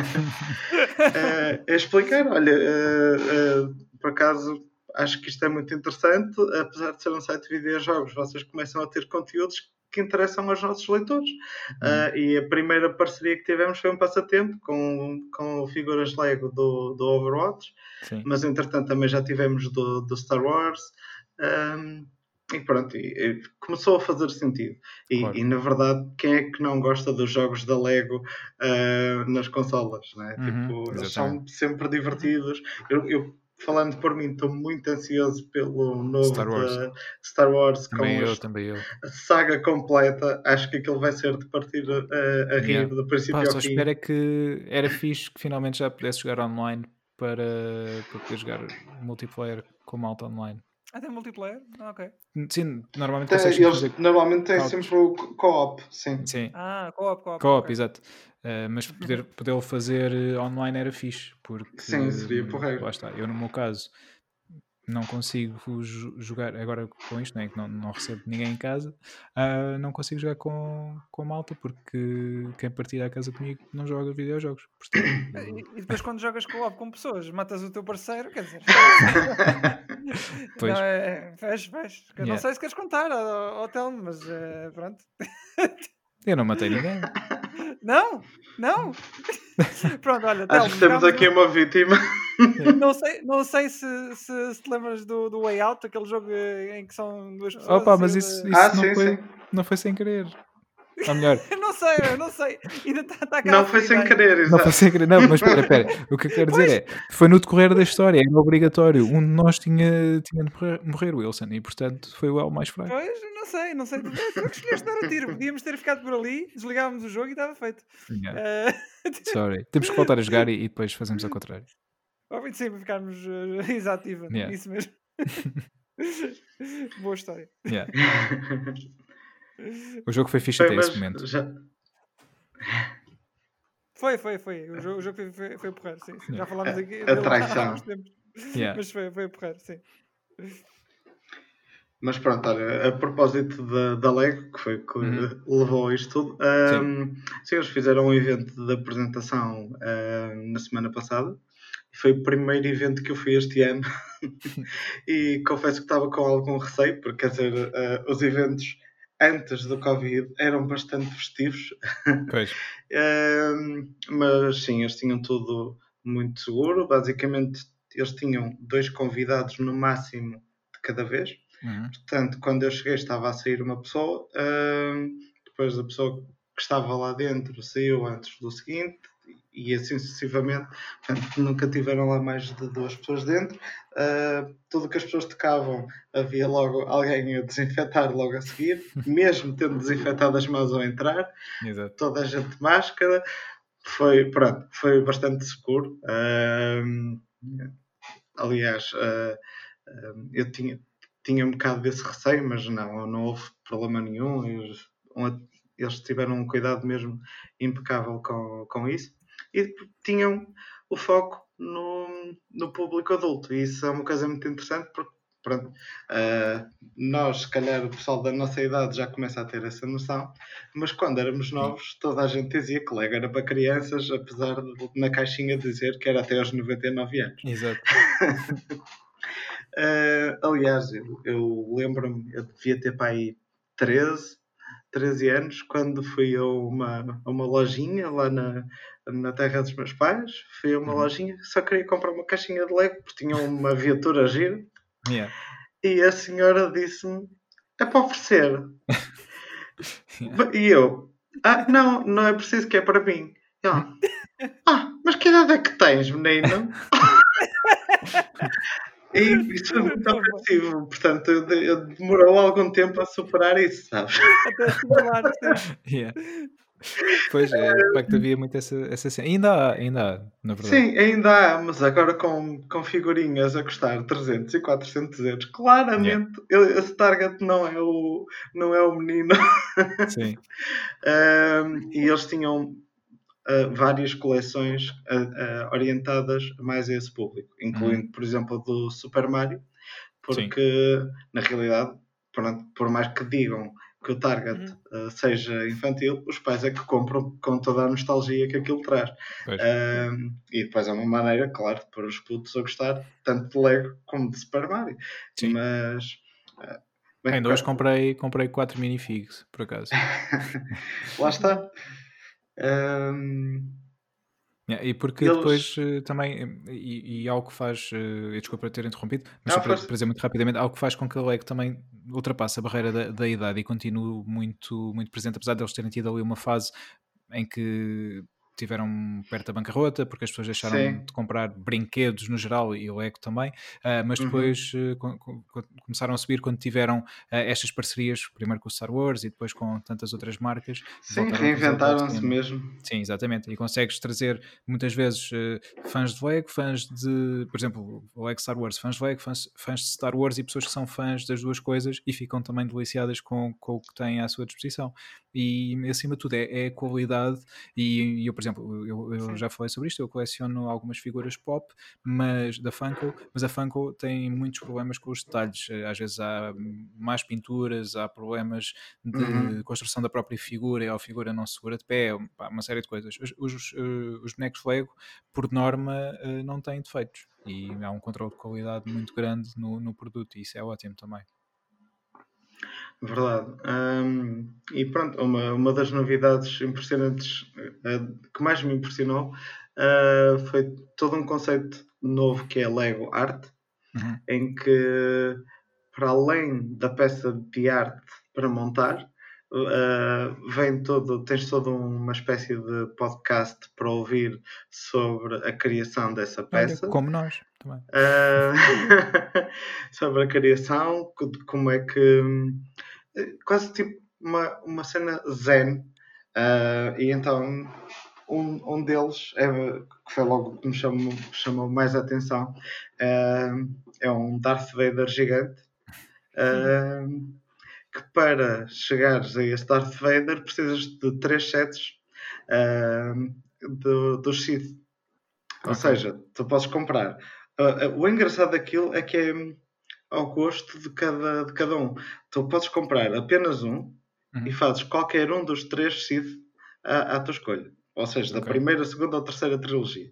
explicar, olha, uh, uh, por acaso acho que isto é muito interessante, apesar de ser um site de videojogos, vocês começam a ter conteúdos que interessam aos nossos leitores. Hum. Uh, e a primeira parceria que tivemos foi um passatempo com, com figuras Lego do, do Overwatch. Sim. Mas entretanto também já tivemos do, do Star Wars. Um, e pronto, e, e começou a fazer sentido. E, claro. E na verdade, quem é que não gosta dos jogos da Lego uh, nas consolas? Né? Uhum, tipo, eles são sempre divertidos. Eu, eu falando por mim, estou muito ansioso pelo novo Star Wars, da Star Wars também com eu, as, também eu. a saga completa. Acho que aquilo vai ser de partir a, a rir yeah. do princípio Pá, ao só fim. espero é que era fixe que finalmente já pudesse jogar online para, para poder jogar multiplayer com malta online. Ah, tem multiplayer? Ah, ok. Sim, normalmente tem, consegues eles fazer normalmente têm sempre o co-op, sim. Sim. Ah, co-op, co-op. Co-op, okay. exato. Uh, mas poder, poder fazer online era fixe, porque... Sim, seria porreiro. Lá está, eu no meu caso não consigo jogar, agora com isto, né, que não, não recebo ninguém em casa, uh, não consigo jogar com, com malta, porque quem partilha a casa comigo não joga videojogos. Portanto, eu... E depois quando jogas co-op com pessoas, matas o teu parceiro, quer dizer... Pois. Não, é, faz, faz. Eu yeah. Não sei se queres contar ao, ao Telmo, mas uh, pronto. Eu não matei ninguém. Não, não. Pronto, olha, Telmo, acho que temos aqui uma vítima. Não sei, não sei se, se, se te lembras do, do Way Out, aquele jogo em que são duas pessoas. Opa, mas isso, isso ah, não, sim, foi, sim. não foi sem querer. Ou melhor, não sei, eu não sei. Ainda tá, tá não foi sem querer, exato. Não foi sem querer, não, mas espera, espera. O que eu quero dizer é, foi no decorrer da história, era obrigatório. Um de nós tinha, tinha de morrer, morrer, Wilson, e portanto foi o L mais fraco. Pois, não sei, não sei. Tu é que escolheste dar a tiro. Podíamos ter ficado por ali, desligávamos o jogo e estava feito. Yeah. Uh... Sorry. Temos que voltar a jogar e, e depois fazemos ao contrário. Sim, para ficarmos uh, exativa. Yeah. Isso mesmo. Boa história. Yeah. O jogo foi fixe foi, até esse momento. Já... Foi, foi, foi. O jogo, o jogo foi, foi, foi porreiro, sim, sim. Já Yeah. falámos A, aqui a dele há traição. uns tempos. Yeah. Mas foi, foi porreiro, sim. Mas pronto, olha, a propósito da, da Lego, que foi que Uhum. levou a isto tudo, Sim. um, sim, eles fizeram um evento de apresentação uh, na semana passada. Foi o primeiro evento que eu fui este ano e confesso que estava com algum receio, porque quer dizer, uh, os eventos antes do Covid eram bastante festivos. Pois. Um, mas sim, eles tinham tudo muito seguro. Basicamente, eles tinham dois convidados no máximo de cada vez. Uhum. Portanto, quando eu cheguei estava a sair uma pessoa, um, depois a pessoa que estava lá dentro saiu antes do seguinte e assim sucessivamente. Portanto, nunca tiveram lá mais de duas pessoas dentro. Uh, tudo que as pessoas tocavam havia logo alguém a desinfetar logo a seguir, mesmo tendo desinfetado as mãos ao entrar. Exato. Toda a gente de máscara. Foi, pronto, foi bastante seguro. Uh, aliás, uh, uh, eu tinha tinha um bocado desse receio, mas não, não houve problema nenhum. Eles, eles tiveram um cuidado mesmo impecável com, com isso. E tinham o foco no, no público adulto. E isso é uma coisa muito interessante, porque pronto, uh, nós, se calhar, o pessoal da nossa idade já começa a ter essa noção, mas quando éramos novos, sim, toda a gente dizia que Lego era para crianças, apesar de na caixinha dizer que era até aos noventa e nove anos. Exato. Uh, aliás, eu, eu lembro-me, eu devia ter para aí treze, treze anos, quando fui a uma, a uma lojinha lá na, na terra dos meus pais. Fui a uma uhum. lojinha, só queria comprar uma caixinha de Lego, porque tinha uma viatura gira. Yeah. E a senhora disse-me, é para oferecer. Yeah. E eu, ah, não, não é preciso, que é para mim. E ela, ah, mas que idade é que tens, menino? E isso foi muito ofensivo, portanto, eu, eu demorou algum tempo a superar isso, sabes? Até assimilar, sim. Yeah. Pois é, de facto havia muito essa, essa cena. Ainda há, ainda há, na verdade. Sim, ainda há, mas agora com, com figurinhas a custar trezentos e quatrocentos euros, claramente yeah. esse target não é o, não é o menino. Sim. um, e eles tinham Uh, várias coleções uh, uh, orientadas mais a esse público, incluindo, uhum. por exemplo, do Super Mario, porque, sim, na realidade, pronto, por mais que digam que o target uhum. uh, seja infantil, os pais é que compram com toda a nostalgia que aquilo traz. Uh, e depois é uma maneira, claro, de pôr os putos a gostar tanto de Lego como de Super Mario. Sim. Mas... Uh, bem, Ainda hoje comprei, comprei quatro minifigs, por acaso. Lá está. Um... Yeah, e porque eles... depois uh, também, e, e algo que faz, uh, desculpa ter interrompido, mas só para, para dizer muito rapidamente, algo que faz com que a Lego também ultrapasse a barreira da, da idade e continue muito, muito presente, apesar de eles terem tido ali uma fase em que tiveram perto da bancarrota, porque as pessoas deixaram Sim. de comprar brinquedos no geral e o Lego também, uh, mas depois uhum. uh, com, com, começaram a subir quando tiveram uh, estas parcerias, primeiro com o Star Wars e depois com tantas outras marcas. Sim, reinventaram-se mesmo. Sim, exatamente, e consegues trazer muitas vezes uh, fãs de Lego, fãs de, por exemplo, o Lego Star Wars, fãs de Lego, fãs, fãs de Star Wars e pessoas que são fãs das duas coisas e ficam também deliciadas com, com o que têm à sua disposição. E acima de tudo é, é a qualidade e, e eu, por exemplo, eu, eu já falei sobre isto, eu coleciono algumas figuras pop, mas da Funko, mas a Funko tem muitos problemas com os detalhes. Às vezes há más pinturas, há problemas de uhum. construção da própria figura, e a figura não se segura de pé, uma série de coisas. Os, os, os bonecos Lego, por norma, não têm defeitos e há um controle de qualidade muito grande no, no produto e isso é ótimo também. Verdade. Um, e pronto, uma, uma das novidades impressionantes uh, que mais me impressionou uh, foi todo um conceito novo que é Lego Art, uhum. em que, para além da peça de arte para montar, uh, vem todo, tens toda uma espécie de podcast para ouvir sobre a criação dessa peça. Olha, como nós também. Uh, sobre a criação, como é que... quase tipo uma, uma cena zen, uh, e então um, um deles é, que foi logo que me chamou, chamou mais a atenção, uh, é um Darth Vader gigante, uh, que para chegares a esse Darth Vader precisas de três sets, uh, do, do Sith. Ou Ok. seja, tu podes comprar. Uh, uh, o engraçado daquilo é que é ao gosto de cada, de cada um. Tu podes comprar apenas um e Uhum. fazes qualquer um dos três Sith à, à tua escolha. Ou seja, da Ok. primeira, segunda ou terceira trilogia.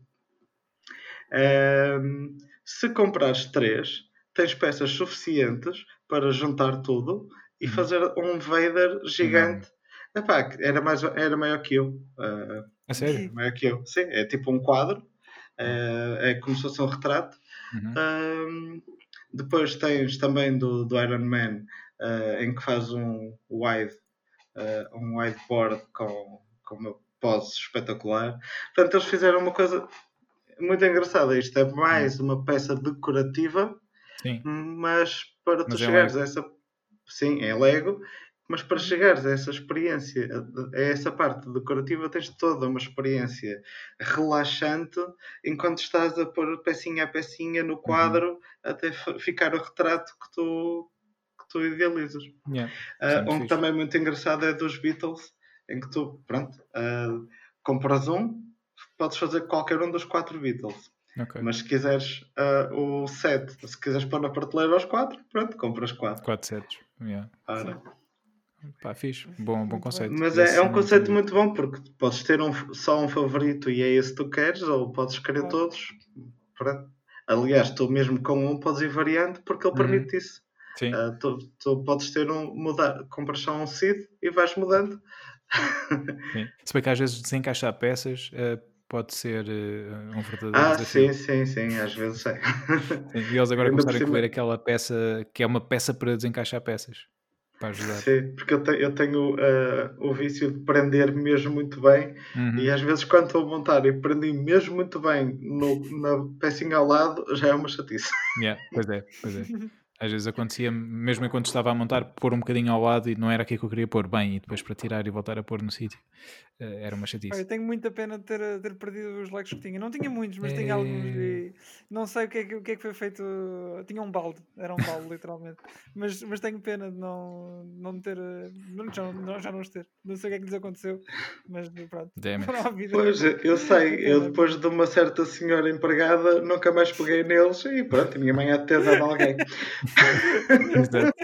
Um, se comprares três, tens peças suficientes para juntar tudo e Uhum. fazer um Vader Enorme. gigante. Epá, era, mais, era maior que eu. Uh, A sério? maior que eu. Sim, é tipo um quadro. Oh. Uh, é como se fosse um retrato. Uhum. Um, depois tens também do, do Iron Man, uh, em que faz um wide, uh, um whiteboard com, com uma pose espetacular. Portanto, eles fizeram uma coisa muito engraçada. Isto é mais uma peça decorativa, Sim. mas para tu Mas é chegares Lego. a essa. Sim, é Lego. Mas para Uhum. chegares a essa experiência, a essa parte decorativa, tens toda uma experiência relaxante enquanto estás a pôr pecinha a pecinha no quadro, Uhum. até f- ficar o retrato que tu, que tu idealizas. Yeah. Uh, Isso é muito onde fixe. também é muito engraçado é dos Beatles, em que tu, pronto, uh, compras um, podes fazer qualquer um dos quatro Beatles. Ok. Mas se quiseres uh, o set, se quiseres pôr na prateleira os quatro, pronto, compras quatro. Quatro sets. Yeah. Ora, Pá, fixe. Bom, bom Muito bem. conceito. mas é, é Esse um não tinha conceito visto. muito bom, porque podes ter um, só um favorito e é esse que tu queres, ou podes querer Claro. todos. Pronto. Aliás, tu mesmo com um podes ir variando, porque ele Uhum. permite isso. Sim. Uh, tu, tu podes ter um, mudar, compras só um seed e vais mudando. Sim. Se bem que às vezes desencaixar peças eh, pode ser eh, um verdadeiro Ah, desafio. sim, sim, sim, às vezes é. Sim. E eles agora Ainda por começaram a incluir cima, aquela peça que é uma peça para desencaixar peças. Para ajudar. sim, porque eu, te, eu tenho uh, o vício de prender mesmo muito bem Uhum. e às vezes quando estou a montar e prendi mesmo muito bem no, na pecinha ao lado, já é uma chatice. Yeah, pois é, pois é. Às vezes acontecia, mesmo enquanto estava a montar, pôr um bocadinho ao lado e não era aqui que eu queria pôr bem, e depois para tirar e voltar a pôr no sítio. Eh, era uma Olha, chatice. eu tenho muita pena de ter, ter perdido os Legos que tinha. Não tinha muitos, mas tinha alguns Eh, e não sei o que é que, o que, é que foi feito. Tinha um balde, era um balde, literalmente. Mas, mas tenho pena de não, não ter. eh, Não, já, não, já não os ter. Não sei o que é que lhes aconteceu, mas pronto. Damn it. Foram à vida. Pois, eu sei, É eu pena, é depois pena. de uma certa senhora empregada nunca mais peguei neles e pronto, a minha mãe há de ter dado a alguém. Exato.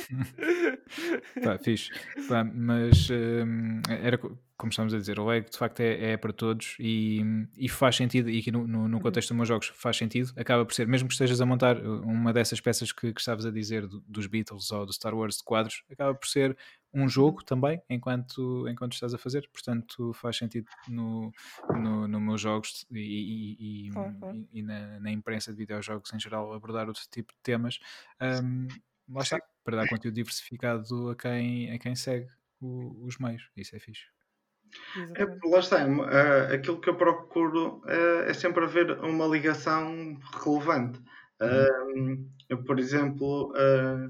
Pá, fixe. Pá, mas hum, era co- como estamos a dizer, o Lego de facto é, é para todos e, e faz sentido, e aqui no, no, no Uhum. contexto dos meus jogos faz sentido, acaba por ser, mesmo que estejas a montar uh, uma dessas peças que, que estavas a dizer do- dos Beatles ou do Star Wars de quadros, acaba por ser um jogo Uhum. também enquanto, enquanto estás a fazer, portanto faz sentido no, no, no meus jogos e, e, e, Claro, claro. e- e na, na imprensa de videojogos em geral abordar outro tipo de temas. Hum, lá Sim. está, para dar conteúdo diversificado a quem, a quem segue o- os meios. Isso é fixe. É, Exatamente. lá está, uh, aquilo que eu procuro uh, é sempre haver uma ligação relevante. Uhum. Uh, eu, por exemplo, uh,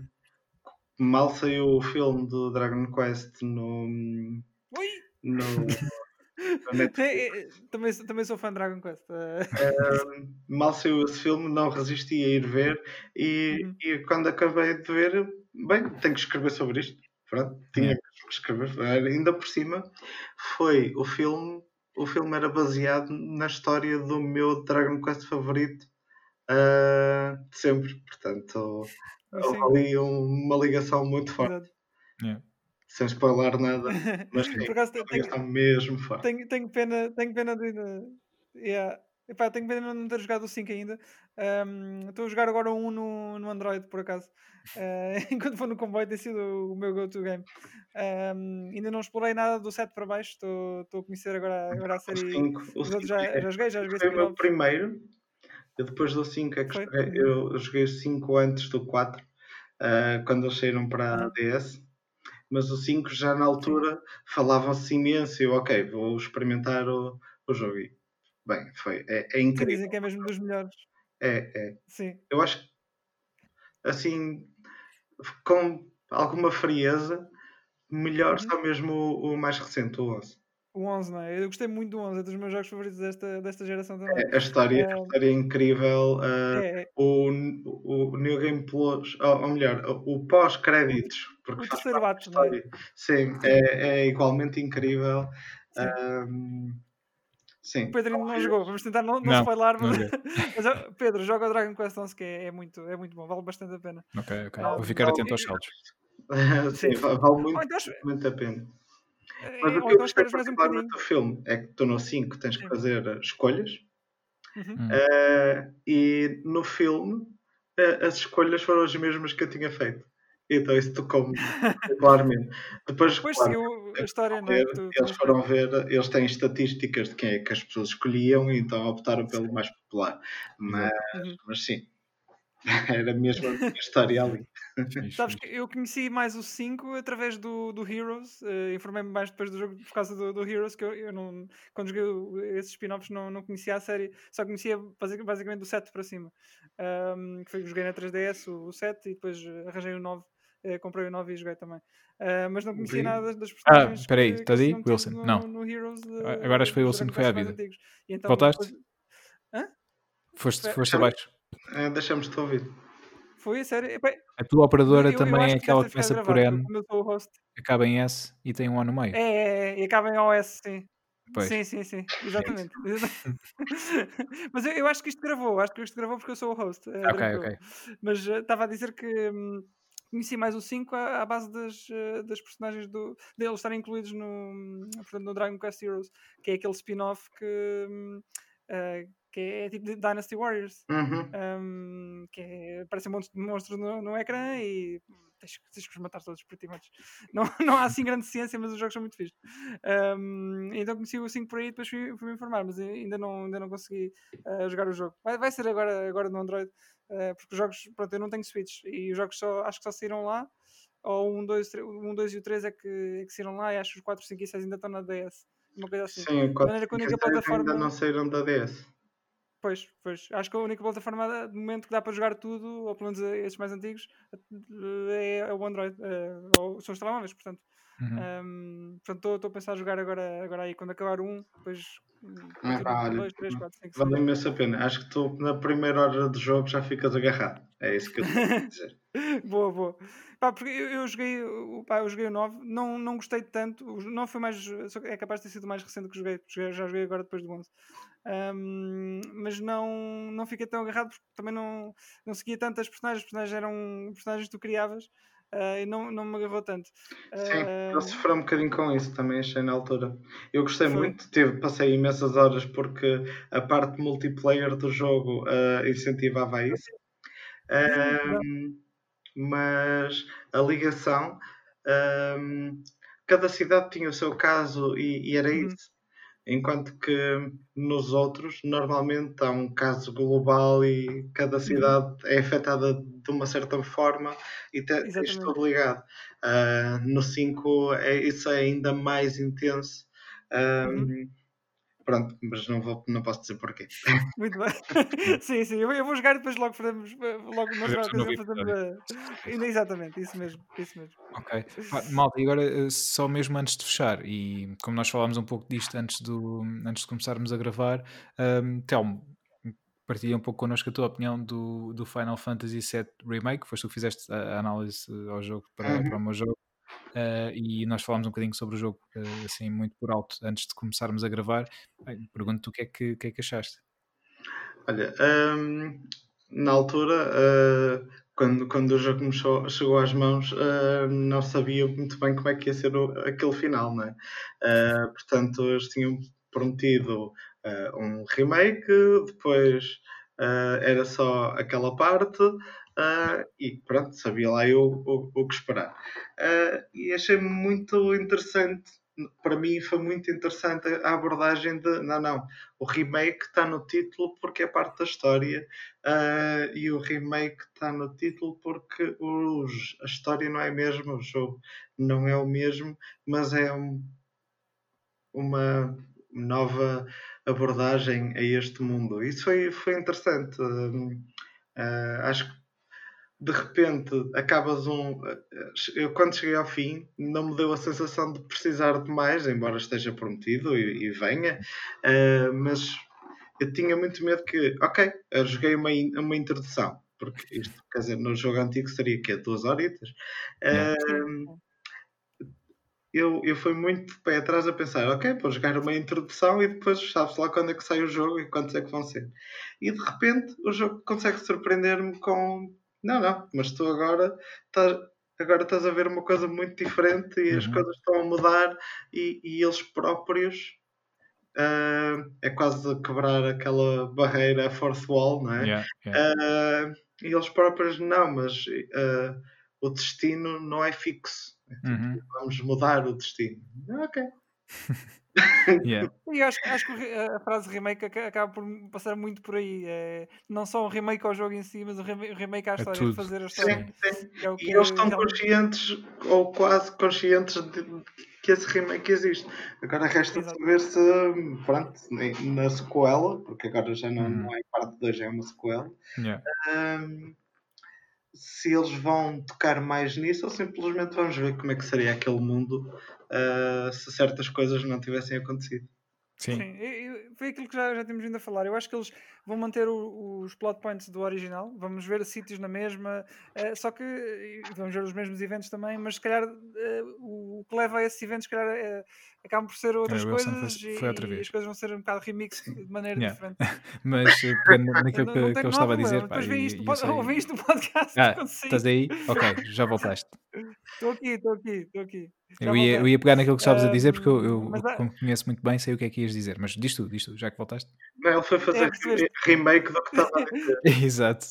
mal saiu o filme do Dragon Quest no, Ui! no, no É, Netflix. é, também, sou- também sou fã de Dragon Quest. eh. Uh, mal saiu esse filme, não resisti a ir ver e, Uhum. e quando acabei de ver, bem, tenho que escrever sobre isto. Pronto, tinha Yeah. mesmo que escrever. Ainda por cima, foi o filme. O filme era baseado na história do meu Dragon Quest favorito uh, de sempre. Portanto, Mas houve sim, ali um- uma ligação muito forte, exato. Yeah. sem spoiler nada, mas sim, Por acaso te- uma tenho, ligação mesmo forte. tenho, tenho pena, tenho pena de ainda. Yeah. Epá, tenho pena de não ter jogado o cinco ainda. Ahm, Estou a jogar agora um no, no Android, por acaso. Eh, enquanto for no comboio, tem sido o meu go-to game. Ahm, ainda não explorei nada do sete para baixo. Estou estou a conhecer agora, agora a O série. cinco, o Os outros cinco já, é, já joguei, já joguei foi o meu spin-offs. primeiro. Eu depois do cinco é que Foi? joguei- Uhum. eu joguei o cinco antes do quatro, uh, quando eles saíram para a Aham. D S. Mas o cinco já na Sim. altura falavam-se imenso e eu, ok, vou experimentar o, o jogo. E, bem, foi, é, é Sim, incrível. dizem que é mesmo dos melhores. É, é. Sim. Eu acho que, assim, com alguma frieza, melhor Uhum. só mesmo o, o mais recente, o onze. O onze, não é? Eu gostei muito do onze, é dos meus jogos favoritos desta, desta geração também. É, a história, a Ah, história é incrível. uh, é, é. o, o New Game Plus, ou, ou melhor, o, o pós-créditos, porque O faz terceiro parte da ato, não é? história, sim, Sim, é, é igualmente incrível. sim. Um, Sim. O Pedro ainda não jogou, vamos tentar não, não, Não, spoiler, não mas, joguei. mas, ó, Pedro, joga o Dragon Quest onze que é, é muito, é muito bom, vale bastante a pena. Ok, ok. Ah, Vou ficar atento eu- aos eu- saldos. sim. Sim, va- vale Ou muito, então, es- muito a pena. Mas é, o ou que eu então gostei esperas mais um particularmente bocadinho. do filme é que tu no cinco tens que Sim. fazer eh, escolhas Uhum. Hum. eh, e no filme eh, as escolhas foram as mesmas que eu tinha feito. Então isso tocou-me particularmente. Depois, Pois claro, seguiu a eles história, foram não é? ver, Que tu eles tinhas foram feito. ver, eles têm estatísticas de quem é que as pessoas escolhiam e então optaram pelo mais popular. Mas, Exato. Uhum. mas sim, era mesmo a minha história ali. Fixe, Sabes que fixe. eu conheci mais o cinco através do, do Heroes, eh, informei-me mais depois do jogo por causa do, do Heroes, que eu, eu não, quando joguei o- esses spin-offs não, não conhecia a série, só conhecia basic- basicamente do sete para cima. Ahm, que foi que joguei na três D S, o, o sete, e depois eh, arranjei o nove, eh, comprei o nove e joguei também. Ah, mas não conhecia Vi. nada das, das Ah, personagens espera aí, que, que estás eles aí? tinham metido Wilson? Não. no, no Heroes A- Agora acho que foi o dos Wilson Dragon que foi à Quest mais vida. antigos. E então depois. Voltaste? Hã? Foste, Fe- foste Foi? abaixo. Eh, Deixamos-te ouvir. Foi? A sério? Epá, A tua mas operadora eu, eu também é acho que deve aquela ter que ficado começa por gravado, porque N, como eu sou o host. acaba em S e tem um A no meio. É, é, é, e acaba em O S, sim. Pois, Sim, sim, sim, é isso. exatamente. Mas eu, eu acho que isto gravou, acho que isto gravou porque eu sou o host, é Ok, tranquilo. ok. Mas eh, estava a dizer que hum, conheci mais o cinco à, à base das, eh, das personagens do, deles estarem incluídos no, hum, portanto, no Dragon Quest Heroes, que é aquele spin-off que, hum, eh, que é tipo de Dynasty Warriors. Uhum. hum, que é, aparecem monstros de monstros no, no ecrã e hum, tens, que- tens que os matar todos pretty much. Não, não há assim grande ciência, mas os jogos são muito fixos. Um, então conheci o cinco por aí e depois fui, fui me informar, mas ainda não, ainda não consegui uh, jogar o jogo. Vai, vai ser agora, agora no Android, uh, porque os jogos, pronto, eu não tenho Switch e os jogos só, acho que só saíram lá, ou um, dois, um, dois e o três é que, é que saíram lá, e acho que os quatro, cinco e seis ainda estão na D S, uma coisa assim. Sim, o De quatro, maneira que a cinco única e seis ainda plataforma. não saíram da D S. Pois, pois. Acho que a única plataforma de momento que dá para jogar tudo, ou pelo menos estes mais antigos, é, é o Android, é, ou são os telemóveis, portanto. Uhum. Um, portanto, estou a pensar a jogar agora, agora aí, quando acabar um, depois hum, Ah, continuo com olha, dois, três, quatro, cinco, vale seis. imenso a pena. Acho que tu, na primeira hora do jogo, já ficas agarrado. É isso que eu tenho a dizer. Boa, boa. Pá, porque eu, eu joguei o pá, eu joguei o nove, não, não gostei tanto. O nove foi mais, é capaz de ter sido o mais recente que joguei, joguei- já joguei agora depois do onze. Um, mas não, não fiquei tão agarrado porque também não, não seguia tantas personagens. Os personagens eram personagens que tu criavas, ah, e não, não me agarrou tanto. Sim, eu Um, sofri um bocadinho com isso também, achei na altura. Eu gostei foi. muito, tive, passei imensas horas porque a parte multiplayer do jogo eh, incentivava a isso. Exato. Ahm, mas a ligação, ahm, cada cidade tinha o seu caso e, e era Uhum. isso. Enquanto que nos outros, normalmente há um caso global e cada Uhum. cidade é afetada de uma certa forma e te- tens Exatamente. tudo ligado. Ah, no cinco é, isso é ainda mais intenso. Ah, Uhum. Pronto, mas não, vou, não posso dizer porquê. Muito bem. Sim. Sim, sim, eu, eu vou jogar e depois logo fazemos, eh, logo noutra Fazemos um novo ocasião fazemos episódio. a. Exatamente, isso mesmo, isso mesmo. Ok. Pá, malta, e agora eh, só mesmo antes de fechar, e como nós falámos um pouco disto antes, do, antes de começarmos a gravar, um, Telmo, partilha um pouco connosco a tua opinião do, do Final Fantasy sete Remake, foste tu que fizeste a, a análise ao jogo para, para o Uhum. meu jogo, uh, e nós falámos um bocadinho sobre o jogo, uh, assim, muito por alto, antes de começarmos a gravar. Bem, pergunto-te o que é que, o que é que achaste. Olha, hum, na altura, uh, quando, quando o jogo me chegou, chegou às mãos, uh, não sabia muito bem como é que ia ser o, aquele final, não é? Uh, portanto, eles tinham prometido uh, um remake, depois uh, era só aquela parte, uh, e pronto, sabia lá eu o, o que esperar. Uh, e achei muito interessante, para mim foi muito interessante a abordagem de, não, não, o remake está no título porque é parte da história, uh, e o remake está no título porque os, a história não é a mesma, o jogo não é o mesmo, mas é um, uma nova abordagem a este mundo. Isso foi, foi interessante. Uh, uh, acho que de repente acabas um. Eu quando cheguei ao fim não me deu a sensação de precisar de mais, embora esteja prometido e, e venha, uh, mas eu tinha muito medo que, ok, eu joguei uma, uma introdução, porque isto, quer dizer, no jogo antigo seria que duas horitas. Yeah. Sim. Uh, eu, eu fui muito de pé atrás a pensar, ok, vou jogar uma introdução e depois sabes lá quando é que sai o jogo e quantos é que vão ser. E de repente o jogo consegue surpreender-me com não, não, mas tu agora estás, agora estás a ver uma coisa muito diferente e as Uhum. coisas estão a mudar e, e eles próprios uh, é quase quebrar aquela barreira fourth wall, não é? Yeah, yeah. Uh, e eles próprios não, mas uh, o destino não é fixo. É tipo, Uhum. vamos mudar o destino. Ok. Yeah. E eu acho, acho que o re- a frase remake aca- acaba por passar muito por aí. É, não só um remake ao jogo em si, mas o rem- o remake à É história, tudo. refazer a Sim, história. sim. Que é o que E eles estão realmente. conscientes, ou quase conscientes, de que esse remake existe. Agora resta Exato. saber se, pronto, na sequela, porque agora já não, Uhum. não é parte dois, é uma sequela, Yeah. hum, se eles vão tocar mais nisso ou simplesmente vamos ver como é que seria aquele mundo uh, se certas coisas não tivessem acontecido. Sim. Sim, eu- eu- foi aquilo que já, já temos vindo a falar. Eu acho que eles vão manter o- os plot points do original. Vamos ver sítios na mesma, eh, só que eh, vamos ver os mesmos eventos também. Mas se calhar eh, o, o que leva a esses eventos, se calhar, eh, acabam por ser É, outras o Wilson foi, coisas foi outra e, e vez. as coisas vão ser um bocado remix Sim. de maneira Yeah. diferente. Mas eh, pegando naquilo Não, não, que, tem, que eu não há estava a problema. dizer, pá, Depois vem e, isto, e no eu pod- sei. ouvem isto no podcast Ah, quando sair. estás aí? Ok, já voltaste. Estou aqui, estou aqui, estou aqui. Já Eu ia, eu voltei. ia pegar naquilo que estavas a dizer porque eu, Ahm, eu, mas eu, há- como te conheço muito bem, sei o que é que ias dizer. Mas diz tu, diz tu, já que voltaste. Não, ele foi fazer é, percebeste? remake do que estava a dizer. Exato.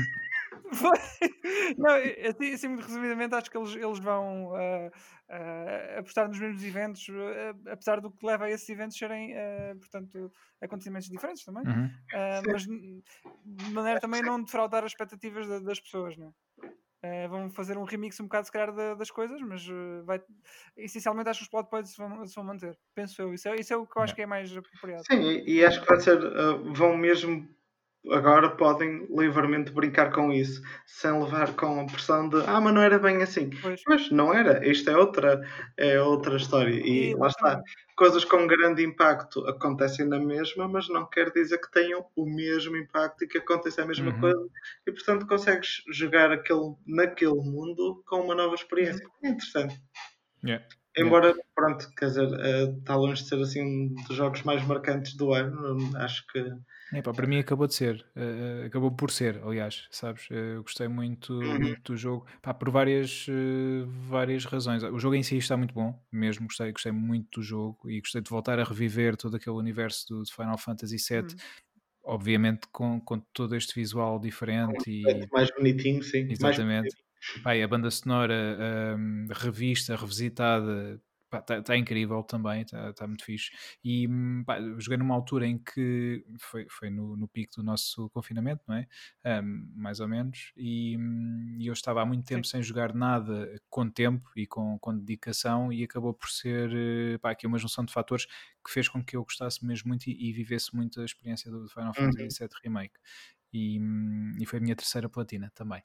Foi. Não, assim, assim, muito resumidamente, acho que eles, eles vão ah, ah, apostar nos mesmos eventos, ah, apesar do que leva a esses eventos serem, ah, portanto, acontecimentos diferentes também, Uhum. Ah, Sim, mas n- de maneira também não defraudar as expectativas da- das pessoas, não é? Ah, vão fazer um remix um bocado, se calhar, da- das coisas, mas ah, vai, essencialmente acho que os plot points se vão, se vão manter, penso eu. Isso é, isso é o que eu acho Yeah. que é mais apropriado. sim, e, e acho que vai ser, uh, vão mesmo, agora podem livremente brincar com isso, sem levar com a pressão de, ah, mas não era bem assim. Pois, Mas não era, isto é outra, é outra história. E lá está, exatamente. coisas com grande impacto acontecem na mesma, mas não quer dizer que tenham o mesmo impacto e que aconteça a mesma Uhum. coisa. E portanto consegues jogar aquele, naquele mundo com uma nova experiência. Uhum. É interessante. Yeah. Yeah. Embora, pronto, quer dizer, uh, está longe de ser assim um dos jogos mais marcantes do ano, acho que. Epá, para mim acabou de ser, eh, eh, acabou por ser, aliás, sabes? Eh, eu gostei muito, Uhum. muito do jogo, pá, por várias, eh, várias razões. O jogo em si está muito bom, mesmo gostei, gostei muito do jogo e gostei de voltar a reviver todo aquele universo do, de Final Fantasy sete, Uhum. obviamente com, com todo este visual diferente e Mais bonitinho, sim. Mais exatamente. Pá, e a banda sonora hum, revista, revisitada, está tá incrível também, está tá muito fixe. E hum, pá, eu joguei numa altura em que foi, foi no, no pico do nosso confinamento, não é? Hum, mais ou menos. E, hum, e eu estava há muito tempo Sim. sem jogar nada com tempo e com, com dedicação, e acabou por ser eh, pá, aqui uma junção de fatores que fez com que eu gostasse mesmo muito e, e vivesse muito a experiência do Final Fantasy Uhum. sete Remake. E, hum, e foi a minha terceira platina também.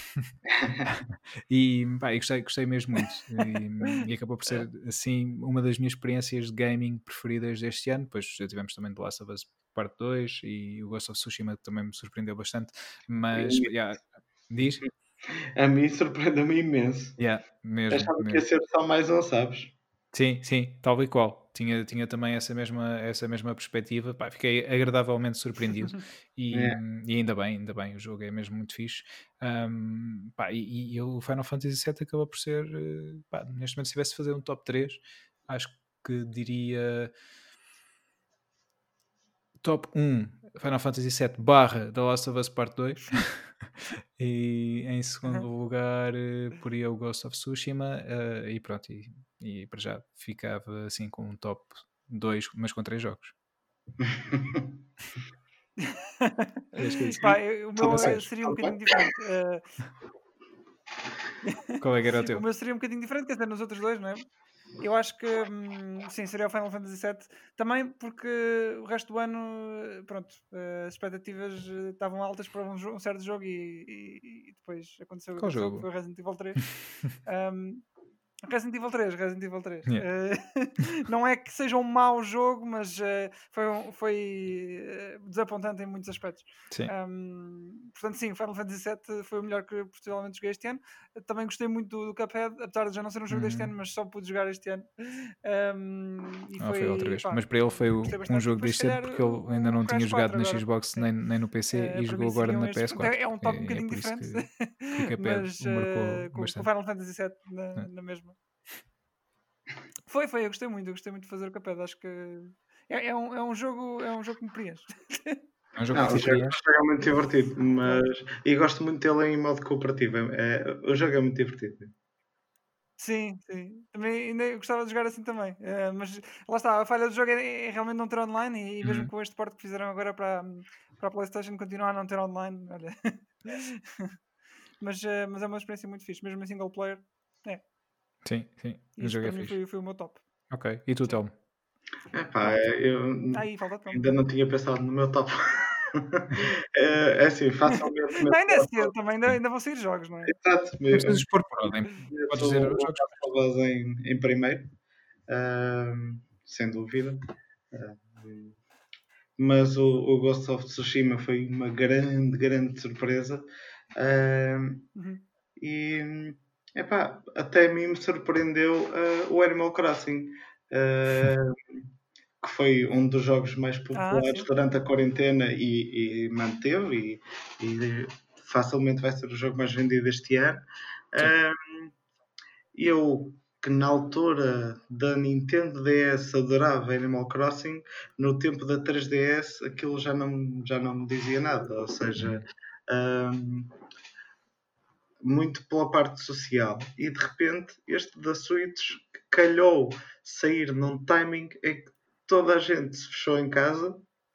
E pá, eu gostei, gostei mesmo muito. E, e acabou por ser assim uma das minhas experiências de gaming preferidas deste ano. Depois já tivemos também The Last of Us Parte dois e o Ghost of Tsushima também me surpreendeu bastante. Mas yeah, diz? A mim surpreendeu-me imenso. Yeah, mesmo, Achava que ia mesmo. ser só mais um, sabes? Sim, sim, tal e qual. Tinha, tinha também essa mesma, essa mesma perspectiva. Pá, fiquei agradavelmente surpreendido e, É. e ainda bem, ainda bem, o jogo é mesmo muito fixe. Um, pá, e, e o Final Fantasy sete acabou por ser, eh, pá, neste momento, se tivesse de fazer um top três, acho que diria top um Final Fantasy sete barra The Last of Us Part dois. E em segundo Uhum. lugar eh, poria o Ghost of Tsushima eh, e pronto, e, e para já ficava assim com um top dois, mas com três jogos. E acho que é isso. Pá, eu- o Tu meu eh, consegues? seria um Tudo bem? bocadinho diferente. eh, Qual é que era o o teu? meu seria um bocadinho diferente, quer dizer, nos outros dois, não é? Eu acho que hum, sim, seria o Final Fantasy sete. Também porque o resto do ano, eh, pronto, eh, as expectativas eh, estavam altas para um, jo- um certo jogo e, e- e depois aconteceu o que Qual aconteceu, que jogo? foi o Resident Evil três. Hum, Resident Evil três, Resident Evil três. Yeah. Uh, não é que seja um mau jogo, mas uh, foi, um, foi uh, desapontante em muitos aspectos. Sim. Um, portanto, sim, Final Fantasy sete foi o melhor que possivelmente joguei este ano. Também gostei muito do, do Cuphead, apesar de já não ser um jogo Uhum. deste ano, mas só pude jogar este ano. Um, e Ah, foi, foi outra vez. pá, Mas para ele foi o- gostei um bastante. jogo Depois, deste se ano calhar, porque ele ainda o não Crash tinha jogado quatro na agora. Xbox Sim. nem, nem no P C Uh, e para jogou mim agora seriam na estes. P S quatro. É, é um top um É, é bocadinho por isso diferente, que, que o Cuphead mas o marcou uh, com, com bastante. Final Fantasy sete na, É. na mesma. Foi, foi, eu gostei muito, eu gostei muito de fazer o Cuphead. Acho que é, é, um, é um jogo, é um jogo que me preenche. É um jogo Não, que o te jogo, o preenche. jogo é muito divertido, mas e gosto muito dele em modo cooperativo. É, o jogo é muito divertido. Sim, sim. Também ainda eu gostava de jogar assim também. Uh, mas lá está, a falha do jogo é, é realmente não ter online e, e mesmo Uhum. com este porte que fizeram agora para, para a PlayStation continuar a não ter online. Olha. mas, uh, mas é uma experiência muito fixe, mesmo em single player. É. Sim, sim. E O isso jogo para é mim fixe. foi, foi o meu top. Ok. E tu, Sim. Telmo? Epá, Pronto. eu Aí, falta Tom. ainda não tinha pensado no meu top. é, é assim, facilmente Não, ainda é meto cedo também, ainda, ainda vão sair jogos, não é? Exato, Não precisas pôr por ordem. Podes dizer meto os o jogos. Last of Us em, em primeiro, ahm, sem dúvida. Ahm, mas o, o Ghost of Tsushima foi uma grande, grande surpresa. Ahm, Uhum. e epá, até a mim me surpreendeu uh, o Animal Crossing, uh, que foi um dos jogos mais Ah, populares sim. durante a quarentena e, e manteve, e, e facilmente vai ser o jogo mais vendido este ano. Um, eu, que na altura da Nintendo D S adorava Animal Crossing, no tempo da três D S aquilo já não, já não me dizia nada, ou seja, um, muito pela parte social. E de repente, este da Switch calhou sair num timing em que toda a gente se fechou em casa